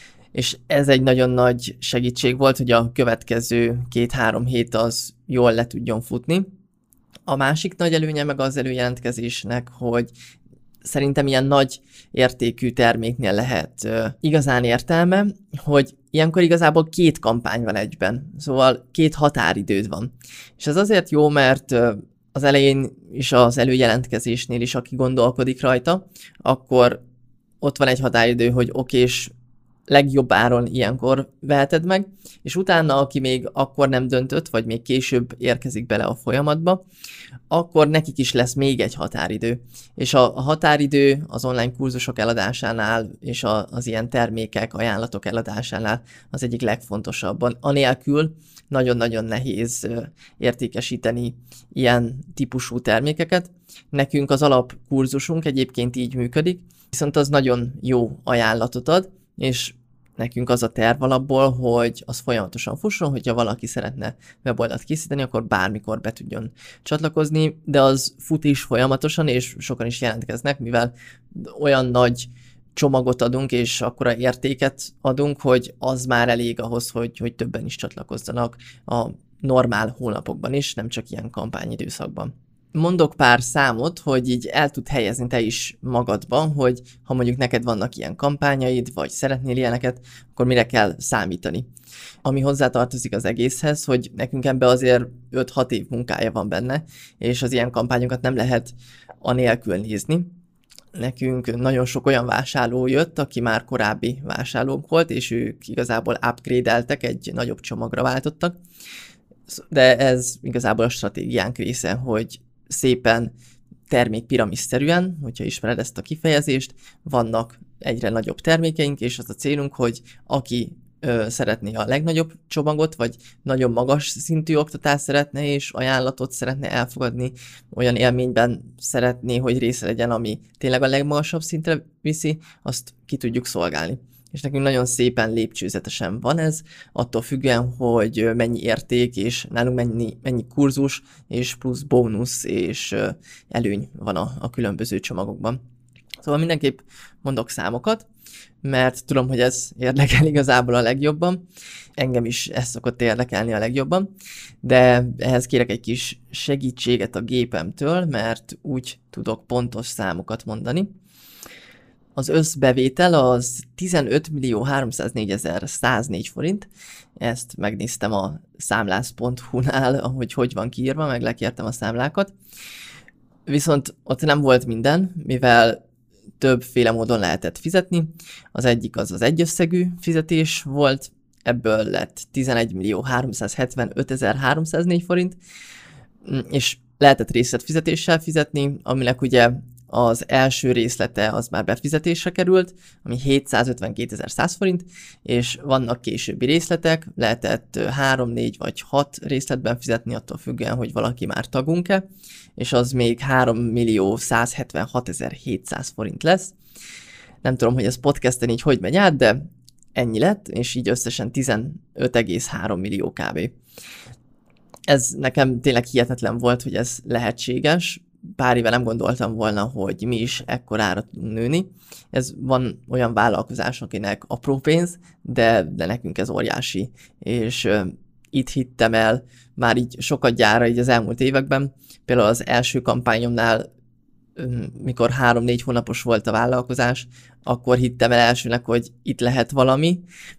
Speaker 2: És ez egy nagyon nagy segítség volt, hogy a következő két-három hét az jól le tudjon futni. A másik nagy előnye meg az előjelentkezésnek, hogy szerintem ilyen nagy értékű terméknél lehet uh, igazán értelme, hogy ilyenkor igazából két kampány van egyben, szóval két határidőd van. És ez azért jó, mert uh, az elején is az előjelentkezésnél is, aki gondolkodik rajta, akkor ott van egy határidő, hogy oké, és legjobb áron ilyenkor veheted meg, és utána, aki még akkor nem döntött, vagy még később érkezik bele a folyamatba, akkor nekik is lesz még egy határidő. És a, a határidő az online kurzusok eladásánál, és a, az ilyen termékek, ajánlatok eladásánál az egyik legfontosabb. Anélkül nagyon-nagyon nehéz értékesíteni ilyen típusú termékeket. Nekünk az alapkurzusunk egyébként így működik, viszont az nagyon jó ajánlatot ad, és nekünk az a terv alapból, hogy az folyamatosan fusson, hogyha valaki szeretne weboldalt készíteni, akkor bármikor be tudjon csatlakozni, de az fut is folyamatosan, és sokan is jelentkeznek, mivel olyan nagy csomagot adunk, és akkora értéket adunk, hogy az már elég ahhoz, hogy, hogy többen is csatlakozzanak a normál hónapokban is, nem csak ilyen kampányidőszakban. Mondok pár számot, hogy így el tud helyezni te is magadban, hogy ha mondjuk neked vannak ilyen kampányaid, vagy szeretnél ilyeneket, akkor mire kell számítani. Ami hozzátartozik az egészhez, hogy nekünk ebbe azért öt-hat év munkája van benne, és az ilyen kampányokat nem lehet anélkül nézni. nekünk nagyon sok olyan vásárló jött, aki már korábbi vásárlók volt, és ők igazából upgrade-eltek, egy nagyobb csomagra váltottak. De ez igazából a stratégiánk része, hogy szépen termékpiramisszerűen, hogyha ismered ezt a kifejezést, vannak egyre nagyobb termékeink, és az a célunk, hogy aki ö, szeretné a legnagyobb csomagot, vagy nagyon magas szintű oktatást szeretne, és ajánlatot szeretne elfogadni, olyan élményben szeretné, hogy része legyen, ami tényleg a legmagasabb szintre viszi, azt ki tudjuk szolgálni. És nekünk nagyon szépen lépcsőzetesen van ez, attól függően, hogy mennyi érték, és nálunk mennyi, mennyi kurzus, és plusz bónusz, és előny van a, a különböző csomagokban. Szóval mindenképp mondok számokat, mert tudom, hogy ez érdekel igazából a legjobban. Engem is ez szokott érdekelni a legjobban, de ehhez kérek egy kis segítséget a gépemtől, mert úgy tudok pontos számokat mondani. Az összbevétel az tizenöt millió háromszáznégyezer-száznégy forint, ezt megnéztem a számlász pont hu-nál, ahogy hogy van kiírva, meg lekértem a számlákat. Viszont ott nem volt minden, mivel többféle módon lehetett fizetni. Az egyik az az egyösszegű fizetés volt, ebből lett tizenegy millió háromszázhetvenötezer-háromszáznégy forint, és lehetett részletfizetéssel fizetni, aminek ugye az első részlete az már befizetésre került, ami hétszázötvenkétezer-száz forint, és vannak későbbi részletek, lehetett három, négy vagy hat részletben fizetni, attól függően, hogy valaki már tagunk-e, és az még három millió százhetvenhatezer-hétszáz forint lesz. Nem tudom, hogy ez podcasten így hogy megy át, de ennyi lett, és így összesen tizenöt egész három millió kb. Ez nekem tényleg hihetetlen volt, hogy ez lehetséges. Pár éve nem gondoltam volna, hogy mi is ekkorára tudunk nőni. Ez van olyan vállalkozás, akinek apró pénz, de, de nekünk ez óriási. És uh, itt hittem el már így sokat gyára így az elmúlt években. Például az első kampányomnál, um, mikor három-négy hónapos volt a vállalkozás, akkor hittem el elsőnek, hogy itt lehet valami,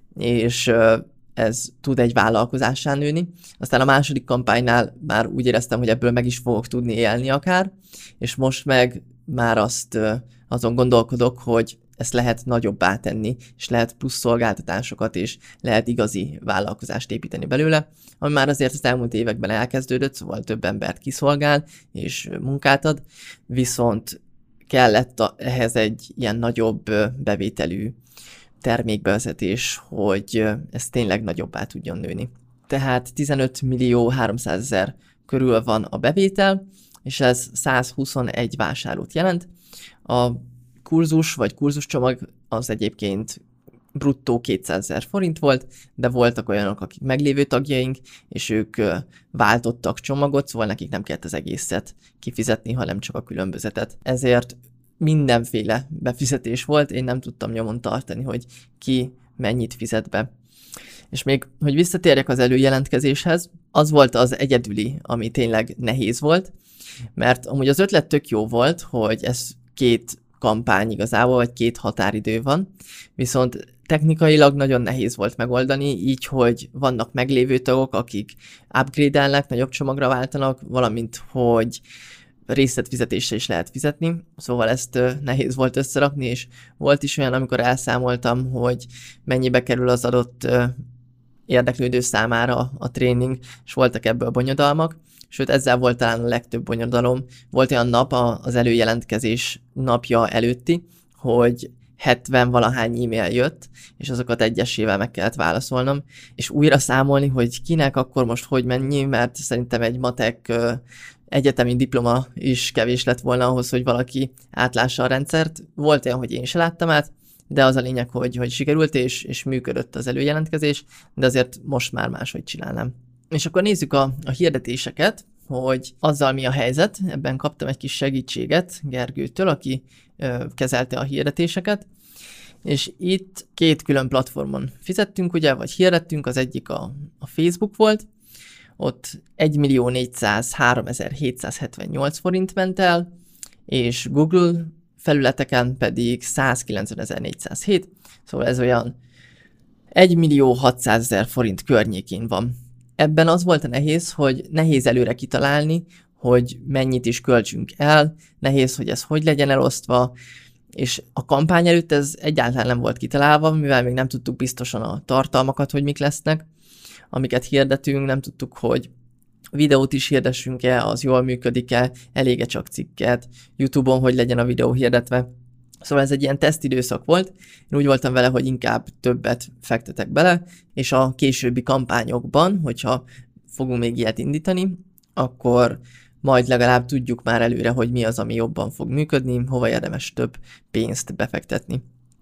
Speaker 2: és uh, ez tud egy vállalkozássá nőni. Aztán a második kampánynál már úgy éreztem, hogy ebből meg is fogok tudni élni akár, és most meg már azt azon gondolkodok, hogy ezt lehet nagyobbá tenni, és lehet plusz szolgáltatásokat, és lehet igazi vállalkozást építeni belőle, ami már azért az elmúlt években elkezdődött, szóval több embert kiszolgál, és munkát ad, viszont kellett a, ehhez egy ilyen nagyobb bevételű termékbevezetés, hogy ez tényleg nagyobbá tudjon nőni. Tehát tizenöt millió háromszázezer körül van a bevétel, és ez százhuszonegy vásárlót jelent. A kurzus vagy kurzuscsomag az egyébként bruttó kétszázezer forint volt, de voltak olyanok, akik meglévő tagjaink, és ők váltottak csomagot, szóval nekik nem kellett az egészet kifizetni, hanem csak a különbözetet. Ezért mindenféle befizetés volt, én nem tudtam nyomon tartani, hogy ki mennyit fizet be. És még, hogy visszatérjek az előjelentkezéshez, az volt az egyedüli, ami tényleg nehéz volt, mert amúgy az ötlet tök jó volt, hogy ez két kampány igazából, vagy két határidő van, viszont technikailag nagyon nehéz volt megoldani, így, hogy vannak meglévő tagok, akik upgrade-elnek, nagyobb csomagra váltanak, valamint, hogy részletfizetésre is lehet fizetni, szóval ezt uh, nehéz volt összerakni, és volt is olyan, amikor elszámoltam, hogy mennyibe kerül az adott uh, érdeklődő számára a tréning, és voltak ebből bonyodalmak, sőt ezzel volt talán a legtöbb bonyodalom. Volt olyan nap a, az előjelentkezés napja előtti, hogy hetven valahány e-mail jött, és azokat egyesével meg kellett válaszolnom, és újra számolni, hogy kinek akkor most hogy mennyi, mert szerintem egy matek uh, egyetemi diploma is kevés lett volna ahhoz, hogy valaki átlássa a rendszert. Volt olyan, hogy én se láttam át, de az a lényeg, hogy, hogy sikerült, és, és működött az előjelentkezés, de azért most már máshogy csinálnám. És akkor nézzük a, a hirdetéseket, hogy azzal mi a helyzet. Ebben kaptam egy kis segítséget Gergőtől, aki ö, kezelte a hirdetéseket, és itt két külön platformon fizettünk, ugye, vagy hirdettünk, az egyik a, a Facebook volt, ott egymillió négyszázháromezer-hétszázhetvennyolc forint ment el, és Google felületeken pedig százkilencvenezer-négyszázhét, szóval ez olyan egymillió hatszázezer forint környékén van. Ebben az volt a nehéz, hogy nehéz előre kitalálni, hogy mennyit is költsünk el, nehéz, hogy ez hogy legyen elosztva, és a kampány előtt ez egyáltalán nem volt kitalálva, mivel még nem tudtuk biztosan a tartalmakat, hogy mik lesznek, amiket hirdetünk, nem tudtuk, hogy videót is hirdessünk-e, az jól működik-e, elég-e csak cikket, YouTube-on hogy legyen a videó hirdetve. Szóval ez egy ilyen tesztidőszak volt, én úgy voltam vele, hogy inkább többet fektetek bele, és a későbbi kampányokban, hogyha fogunk még ilyet indítani, akkor majd legalább tudjuk már előre, hogy mi az, ami jobban fog működni, hova érdemes több pénzt befektetni.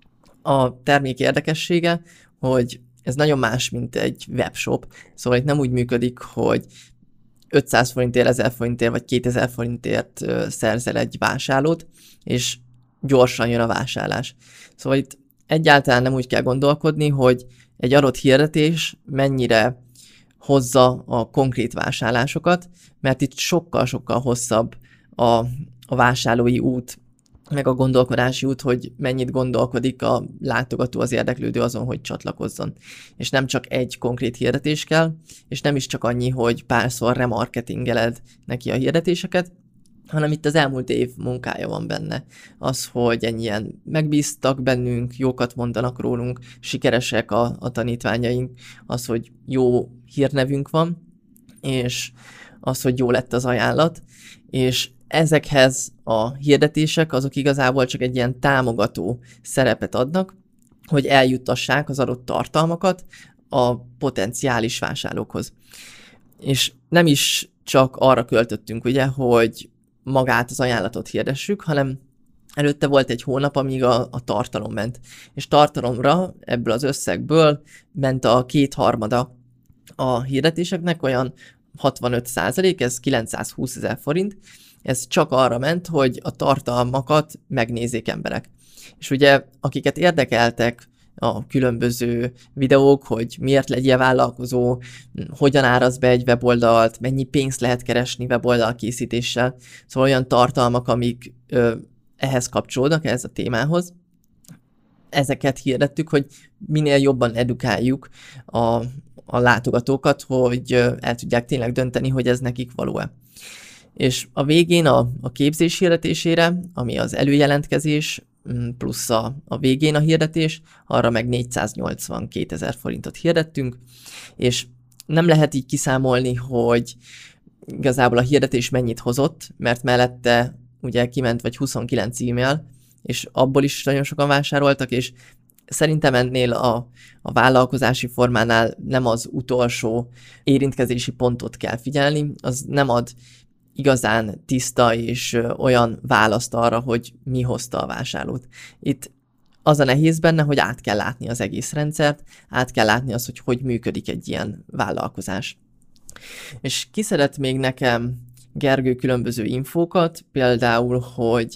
Speaker 2: A termék érdekessége, hogy ez nagyon más, mint egy webshop, szóval itt nem úgy működik, hogy ötszáz forintért, ezer forintért vagy kétezer forintért szerzel egy vásárlót, és gyorsan jön a vásárlás. Szóval itt egyáltalán nem úgy kell gondolkodni, hogy egy adott hirdetés mennyire hozza a konkrét vásárlásokat, mert itt sokkal-sokkal hosszabb a, a vásárlói út, meg a gondolkodási út, hogy mennyit gondolkodik a látogató, az érdeklődő azon, hogy csatlakozzon. És nem csak egy konkrét hirdetés kell, és nem is csak annyi, hogy párszor remarketingeled neki a hirdetéseket, hanem itt az elmúlt év munkája van benne. Az, hogy ennyien megbíztak bennünk, jókat mondanak rólunk, sikeresek a, a tanítványaink, az, hogy jó hírnevünk van, és az, hogy jó lett az ajánlat, és ezekhez a hirdetések azok igazából csak egy ilyen támogató szerepet adnak, hogy eljuttassák az adott tartalmakat a potenciális vásárlókhoz. És nem is csak arra költöttünk, ugye, hogy magát az ajánlatot hirdessük, hanem előtte volt egy hónap, amíg a, a tartalom ment. És tartalomra ebből az összegből ment a kétharmada a hirdetéseknek, olyan hatvanöt százalék, ez kilencszázhúszezer forint, ez csak arra ment, hogy a tartalmakat megnézzék emberek. És ugye, akiket érdekeltek a különböző videók, hogy miért legyél vállalkozó, hogyan árasz be egy weboldalt, mennyi pénzt lehet keresni weboldal készítéssel, szóval olyan tartalmak, amik ö, ehhez kapcsolódnak, ehhez a témához. Ezeket hirdettük, hogy minél jobban edukáljuk a, a látogatókat, hogy el tudják tényleg dönteni, hogy ez nekik való-e. És a végén a, a képzés hirdetésére, ami az előjelentkezés, plusz a, a végén a hirdetés, arra meg négyszáznyolcvankétezer forintot hirdettünk, és nem lehet így kiszámolni, hogy igazából a hirdetés mennyit hozott, mert mellette ugye kiment vagy huszonkilenc e-mail, és abból is nagyon sokan vásároltak, és szerintem ennél a, a vállalkozási formánál nem az utolsó érintkezési pontot kell figyelni, az nem ad igazán tiszta és olyan választ arra, hogy mi hozta a vásárlót. Itt az a nehéz benne, hogy át kell látni az egész rendszert, át kell látni azt, hogy hogy működik egy ilyen vállalkozás. És kiszedett még nekem Gergő különböző infókat, például, hogy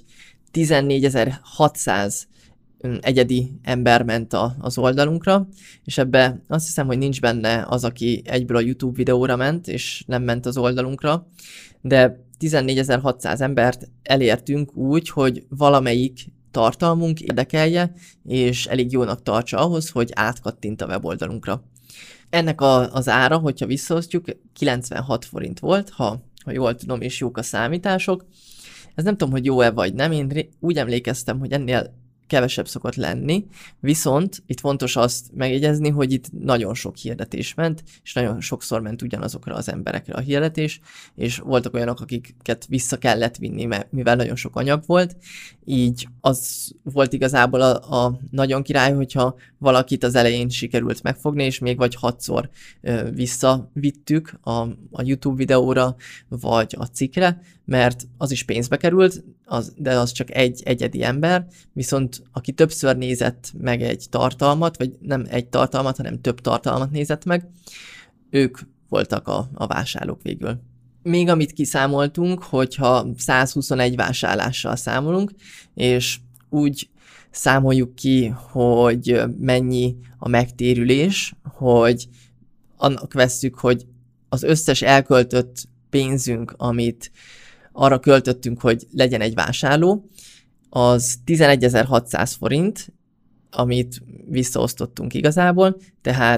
Speaker 2: tizennégyezer-hatszáz egyedi ember ment a, az oldalunkra, és ebbe azt hiszem, hogy nincs benne az, aki egyből a YouTube videóra ment, és nem ment az oldalunkra, de tizennégyezer-hatszáz embert elértünk úgy, hogy valamelyik tartalmunk érdekelje, és elég jónak tartsa ahhoz, hogy átkattint a weboldalunkra. Ennek a, az ára, hogyha visszaosztjuk, kilencvenhat forint volt, ha, ha jól tudom, és jók a számítások. Ez nem tudom, hogy jó-e vagy nem, én úgy emlékeztem, hogy ennél kevesebb szokott lenni, viszont itt fontos azt megjegyezni, hogy itt nagyon sok hirdetés ment, és nagyon sokszor ment ugyanazokra az emberekre a hirdetés, és voltak olyanok, akiket vissza kellett vinni, mert mivel nagyon sok anyag volt, így az volt igazából a, a nagyon király, hogyha valakit az elején sikerült megfogni, és még vagy hatszor ö, visszavittük a, a YouTube videóra, vagy a cikkre, mert az is pénzbe került, az, de az csak egy egyedi ember, viszont aki többször nézett meg egy tartalmat, vagy nem egy tartalmat, hanem több tartalmat nézett meg, ők voltak a, a vásárlók végül. Még amit kiszámoltunk, hogyha százhuszonegy vásárlással számolunk, és úgy számoljuk ki, hogy mennyi a megtérülés, hogy annak vesszük, hogy az összes elköltött pénzünk, amit arra költöttünk, hogy legyen egy vásárló, az tizenegyezer-hatszáz forint, amit visszaosztottunk igazából, tehát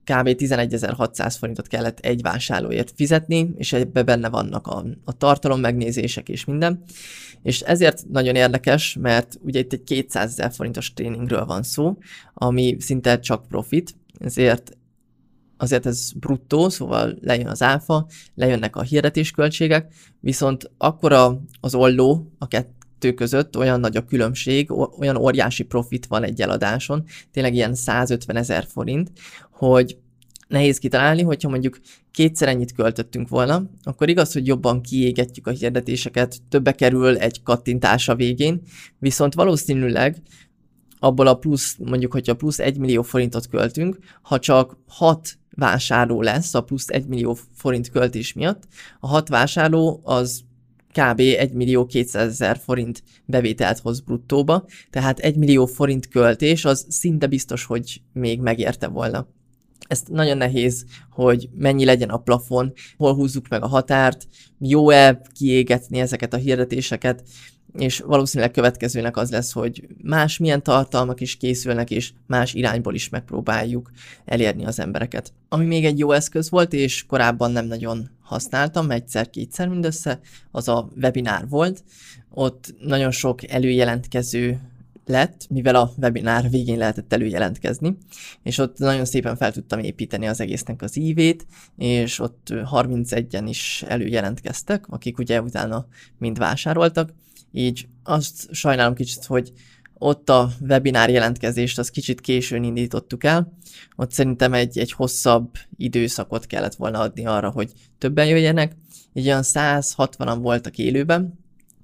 Speaker 2: kb. tizenegyezer-hatszáz forintot kellett egy vásárlóért fizetni, és ebbe benne vannak a, a tartalom megnézések és minden. És ezért nagyon érdekes, mert ugye itt egy kétszázezer forintos tréningről van szó, ami szinte csak profit, ezért azért ez bruttó, szóval lejön az áfa, lejönnek a hirdetésköltségek, viszont akkora az olló a kettő között, olyan nagy a különbség, olyan óriási profit van egy eladáson, tényleg ilyen százötvenezer forint, hogy nehéz kitalálni, hogyha mondjuk kétszer ennyit költöttünk volna, akkor igaz, hogy jobban kiégetjük a hirdetéseket, többe kerül egy kattintás a végén, viszont valószínűleg abból a plusz, mondjuk, hogyha plusz egy millió forintot költünk, ha csak hat vásárló lesz a plusz egy millió forint költés miatt, a hat vásárló az kb. egy millió kétszázezer forint bevételt hoz bruttóba, tehát egy millió forint költés az szinte biztos, hogy még megérte volna. Ez nagyon nehéz, hogy mennyi legyen a plafon, hol húzzuk meg a határt, jó-e kiégetni ezeket a hirdetéseket, és valószínűleg következőnek az lesz, hogy más milyen tartalmak is készülnek, és más irányból is megpróbáljuk elérni az embereket. Ami még egy jó eszköz volt, és korábban nem nagyon használtam, egyszer-kétszer mindössze, az a webinár volt. Ott nagyon sok előjelentkező lett, mivel a webinár végén lehetett előjelentkezni, és ott nagyon szépen fel tudtam építeni az egésznek az ívét, és ott harmincegyen is előjelentkeztek, akik ugye utána mind vásároltak, így azt sajnálom kicsit, hogy ott a webinár jelentkezést az kicsit későn indítottuk el, ott szerintem egy, egy hosszabb időszakot kellett volna adni arra, hogy többen jöjjenek, így olyan száz hatvanan voltak élőben,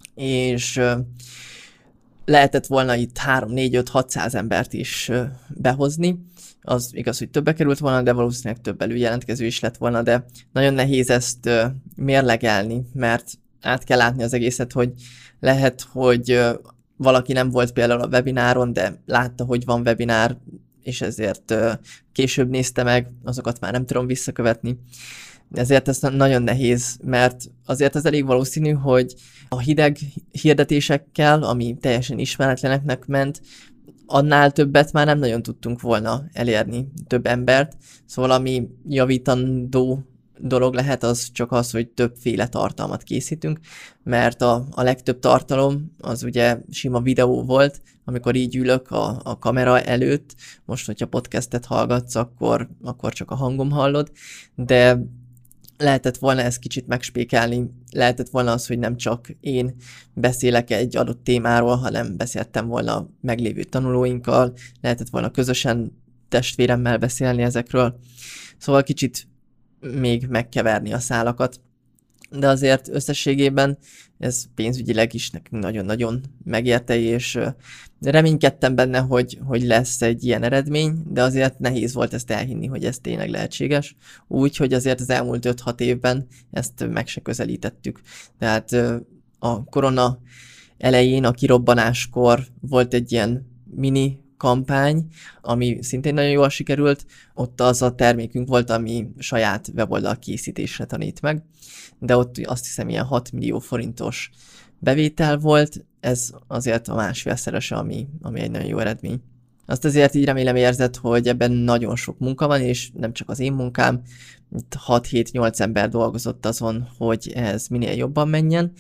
Speaker 2: és lehetett volna itt három négy öt hatszáz embert is behozni, az igaz, hogy többe került volna, de valószínűleg több előjelentkező is lett volna, de nagyon nehéz ezt mérlegelni, mert át kell látni az egészet, hogy lehet, hogy valaki nem volt például a webináron, de látta, hogy van webinár, és ezért később nézte meg, azokat már nem tudom visszakövetni. Ezért ez nagyon nehéz, mert azért az elég valószínű, hogy a hideg hirdetésekkel, ami teljesen ismeretleneknek ment, annál többet már nem nagyon tudtunk volna elérni, több embert. Szóval ami javítandó dolog lehet, az csak az, hogy többféle tartalmat készítünk, mert a, a legtöbb tartalom az ugye sima videó volt, amikor így ülök a, a kamera előtt, most, hogyha podcastet hallgatsz, akkor, akkor csak a hangom hallod, de lehetett volna ezt kicsit megspékelni, lehetett volna az, hogy nem csak én beszélek egy adott témáról, hanem beszéltem volna meglévő tanulóinkkal, lehetett volna közösen testvéremmel beszélni ezekről, szóval kicsit még megkeverni a szálakat, de azért összességében ez pénzügyileg is nekünk nagyon-nagyon megérte, és reménykedtem benne, hogy, hogy lesz egy ilyen eredmény, de azért nehéz volt ezt elhinni, hogy ez tényleg lehetséges, úgy, hogy azért az elmúlt öt-hat évben ezt meg se közelítettük. Tehát a korona elején, a kirobbanáskor volt egy ilyen mini kampány, ami szintén nagyon jól sikerült, ott az a termékünk volt, ami saját weboldal készítésre tanít meg, de ott azt hiszem ilyen hat millió forintos bevétel volt, ez azért a másfélszerese, ami, ami egy nagyon jó eredmény. Azt azért így remélem érzed, hogy ebben nagyon sok munka van, és nem csak az én munkám, itt hat-hét-nyolc ember dolgozott azon, hogy ez minél jobban menjen.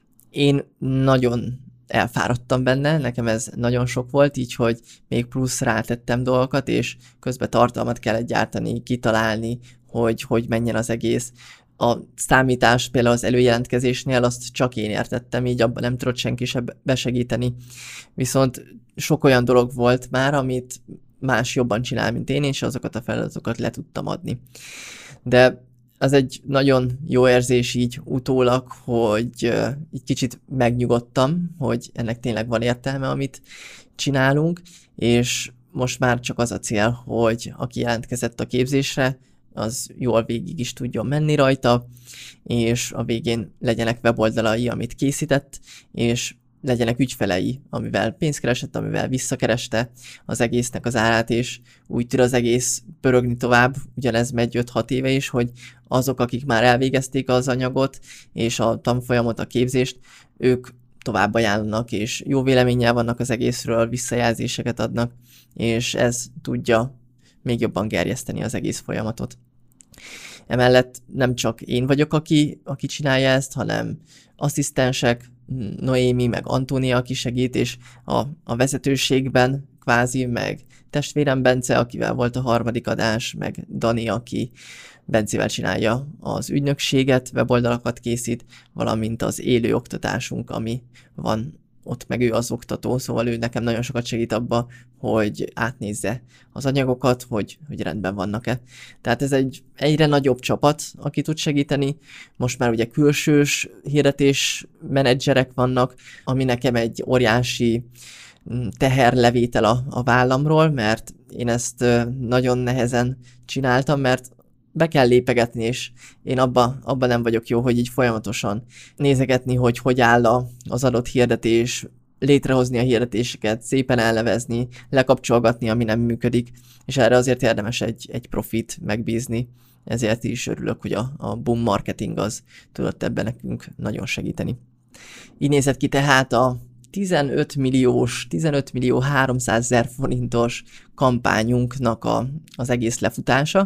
Speaker 2: Én nagyon elfáradtam benne, nekem ez nagyon sok volt, így hogy még plusz rátettem dolgokat, és közben tartalmat kellett gyártani, kitalálni, hogy hogy menjen az egész. A számítás például az előjelentkezésnél azt csak én értettem, így abban nem tudott senki se besegíteni. Viszont sok olyan dolog volt már, amit más jobban csinál, mint én, és azokat a feladatokat le tudtam adni. De az egy nagyon jó érzés így utólag, hogy uh, egy kicsit megnyugodtam, hogy ennek tényleg van értelme, amit csinálunk, és most már csak az a cél, hogy aki jelentkezett a képzésre, az jól végig is tudjon menni rajta, és a végén legyenek weboldalai, amit készített, és legyenek ügyfelei, amivel pénzt keresett, amivel visszakereste az egésznek az árát, és úgy tud az egész pörögni tovább, ugyanez megy öt-hat éve is, hogy azok, akik már elvégezték az anyagot, és a tanfolyamot, a képzést, ők tovább ajánlanak, és jó véleménnyel vannak az egészről, visszajelzéseket adnak, és ez tudja még jobban gerjeszteni az egész folyamatot. Emellett nem csak én vagyok, aki, aki csinálja ezt, hanem asszisztensek, Noémi, meg Antónia, aki segít, és a, a vezetőségben kvázi, meg testvérem Bence, akivel volt a harmadik adás, meg Dani, aki Bencével csinálja az ügynökséget, weboldalakat készít, valamint az élő oktatásunk, ami van ott, meg ő az oktató, szóval ő nekem nagyon sokat segít abba, hogy átnézze az anyagokat, hogy, hogy rendben vannak-e. Tehát ez egy egyre nagyobb csapat, aki tud segíteni. Most már ugye külsős hirdetés menedzserek vannak, ami nekem egy óriási teherlevétel a, a vállamról, mert én ezt nagyon nehezen csináltam, mert be kell lépegetni, és én abban abba nem vagyok jó, hogy így folyamatosan nézegetni, hogy hogy áll a, az adott hirdetés, létrehozni a hirdetéseket, szépen elnevezni, lekapcsolgatni, ami nem működik, és erre azért érdemes egy, egy profit megbízni, ezért is örülök, hogy a, a Boom Marketing az tudott ebben nekünk nagyon segíteni. Így nézett ki tehát a tizenöt milliós, tizenöt millió háromszázezer forintos kampányunknak a, az egész lefutása.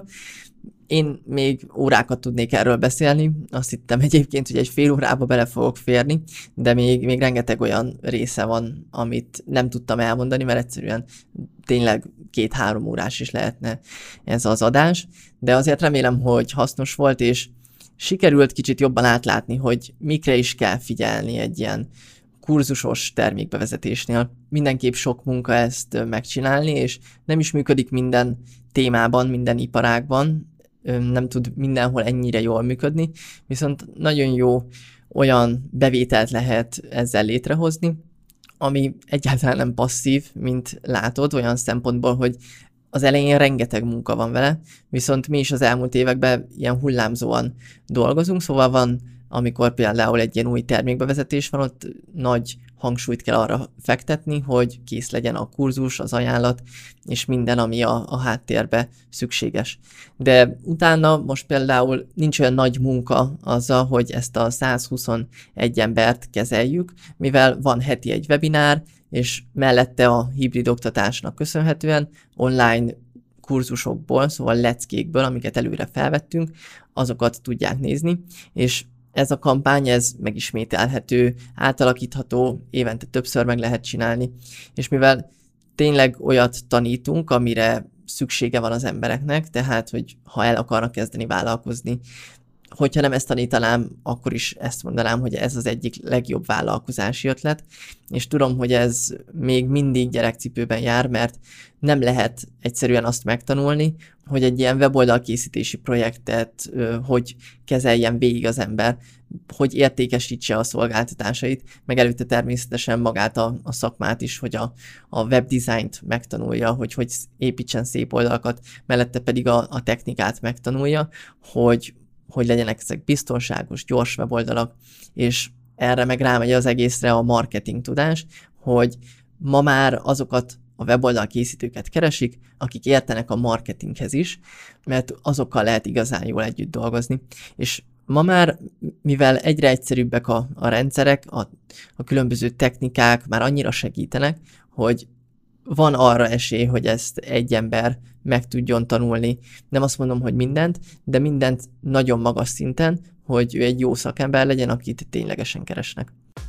Speaker 2: Én még órákat tudnék erről beszélni, azt hittem egyébként, hogy egy fél órába bele fogok férni, de még, még rengeteg olyan része van, amit nem tudtam elmondani, mert egyszerűen tényleg két-három órás is lehetne ez az adás, de azért remélem, hogy hasznos volt, és sikerült kicsit jobban átlátni, hogy mikre is kell figyelni egy ilyen kurzusos termékbevezetésnél. Mindenképp sok munka ezt megcsinálni, és nem is működik minden témában, minden iparágban, nem tud mindenhol ennyire jól működni, viszont nagyon jó olyan bevételt lehet ezzel létrehozni, ami egyáltalán nem passzív, mint látod, olyan szempontból, hogy az elején rengeteg munka van vele, viszont mi is az elmúlt években ilyen hullámzóan dolgozunk, szóval van, amikor például egy ilyen új termékbevezetés van, ott nagy hangsúlyt kell arra fektetni, hogy kész legyen a kurzus, az ajánlat, és minden, ami a, a háttérbe szükséges. De utána most például nincs olyan nagy munka azzal, hogy ezt a száz huszonegy embert kezeljük, mivel van heti egy webinár, és mellette a hibrid oktatásnak köszönhetően online kurzusokból, szóval leckékből, amiket előre felvettünk, azokat tudják nézni, és ez a kampány, ez megismételhető, átalakítható, évente többször meg lehet csinálni, és mivel tényleg olyat tanítunk, amire szüksége van az embereknek, tehát, hogy ha el akarnak kezdeni vállalkozni, hogyha nem ezt tanítanám, akkor is ezt mondanám, hogy ez az egyik legjobb vállalkozási ötlet, és tudom, hogy ez még mindig gyerekcipőben jár, mert nem lehet egyszerűen azt megtanulni, hogy egy ilyen weboldal készítési projektet hogy kezeljen végig az ember, hogy értékesítse a szolgáltatásait, meg előtte természetesen magát a, a szakmát is, hogy a, a webdesignt megtanulja, hogy hogy építsen szép oldalakat, mellette pedig a, a technikát megtanulja, hogy hogy legyenek ezek biztonságos, gyors weboldalak, és erre meg rámegy az egészre a marketing tudás, hogy ma már azokat a weboldal készítőket keresik, akik értenek a marketinghez is, mert azokkal lehet igazán jól együtt dolgozni. És ma már, mivel egyre egyszerűbbek a, a rendszerek, a, a különböző technikák már annyira segítenek, hogy van arra esély, hogy ezt egy ember meg tudjon tanulni. Nem azt mondom, hogy mindent, de mindent nagyon magas szinten, hogy ő egy jó szakember legyen, akit ténylegesen keresnek.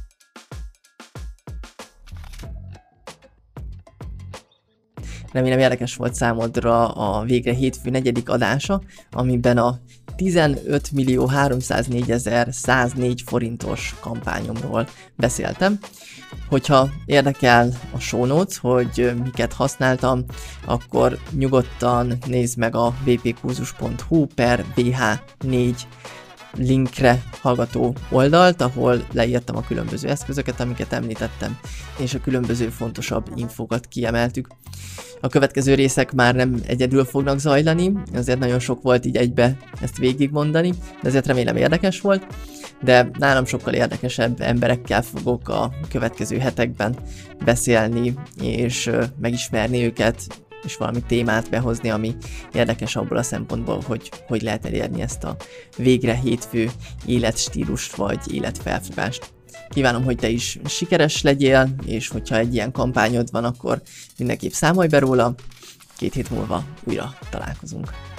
Speaker 2: Remélem érdekes volt számodra a végre hétfő negyedik adása, amiben a tizenöt millió háromszáznégyezer-száznégy forintos kampányomról beszéltem. Hogyha érdekel a show notes, hogy miket használtam, akkor nyugodtan nézd meg a bpkurzus pont hu per bé há négy linkre hallgató oldalt, ahol leírtam a különböző eszközöket, amiket említettem, és a különböző fontosabb infókat kiemeltük. A következő részek már nem egyedül fognak zajlani, azért nagyon sok volt így egybe ezt végigmondani, de azért remélem érdekes volt, de nálam sokkal érdekesebb emberekkel fogok a következő hetekben beszélni, és megismerni őket, és valami témát behozni, ami érdekes abból a szempontból, hogy hogy lehet elérni ezt a végre hétfő életstílust vagy életfelfogást. Kívánom, hogy te is sikeres legyél, és hogyha egy ilyen kampányod van, akkor mindenképp számolj be róla, két hét múlva újra találkozunk.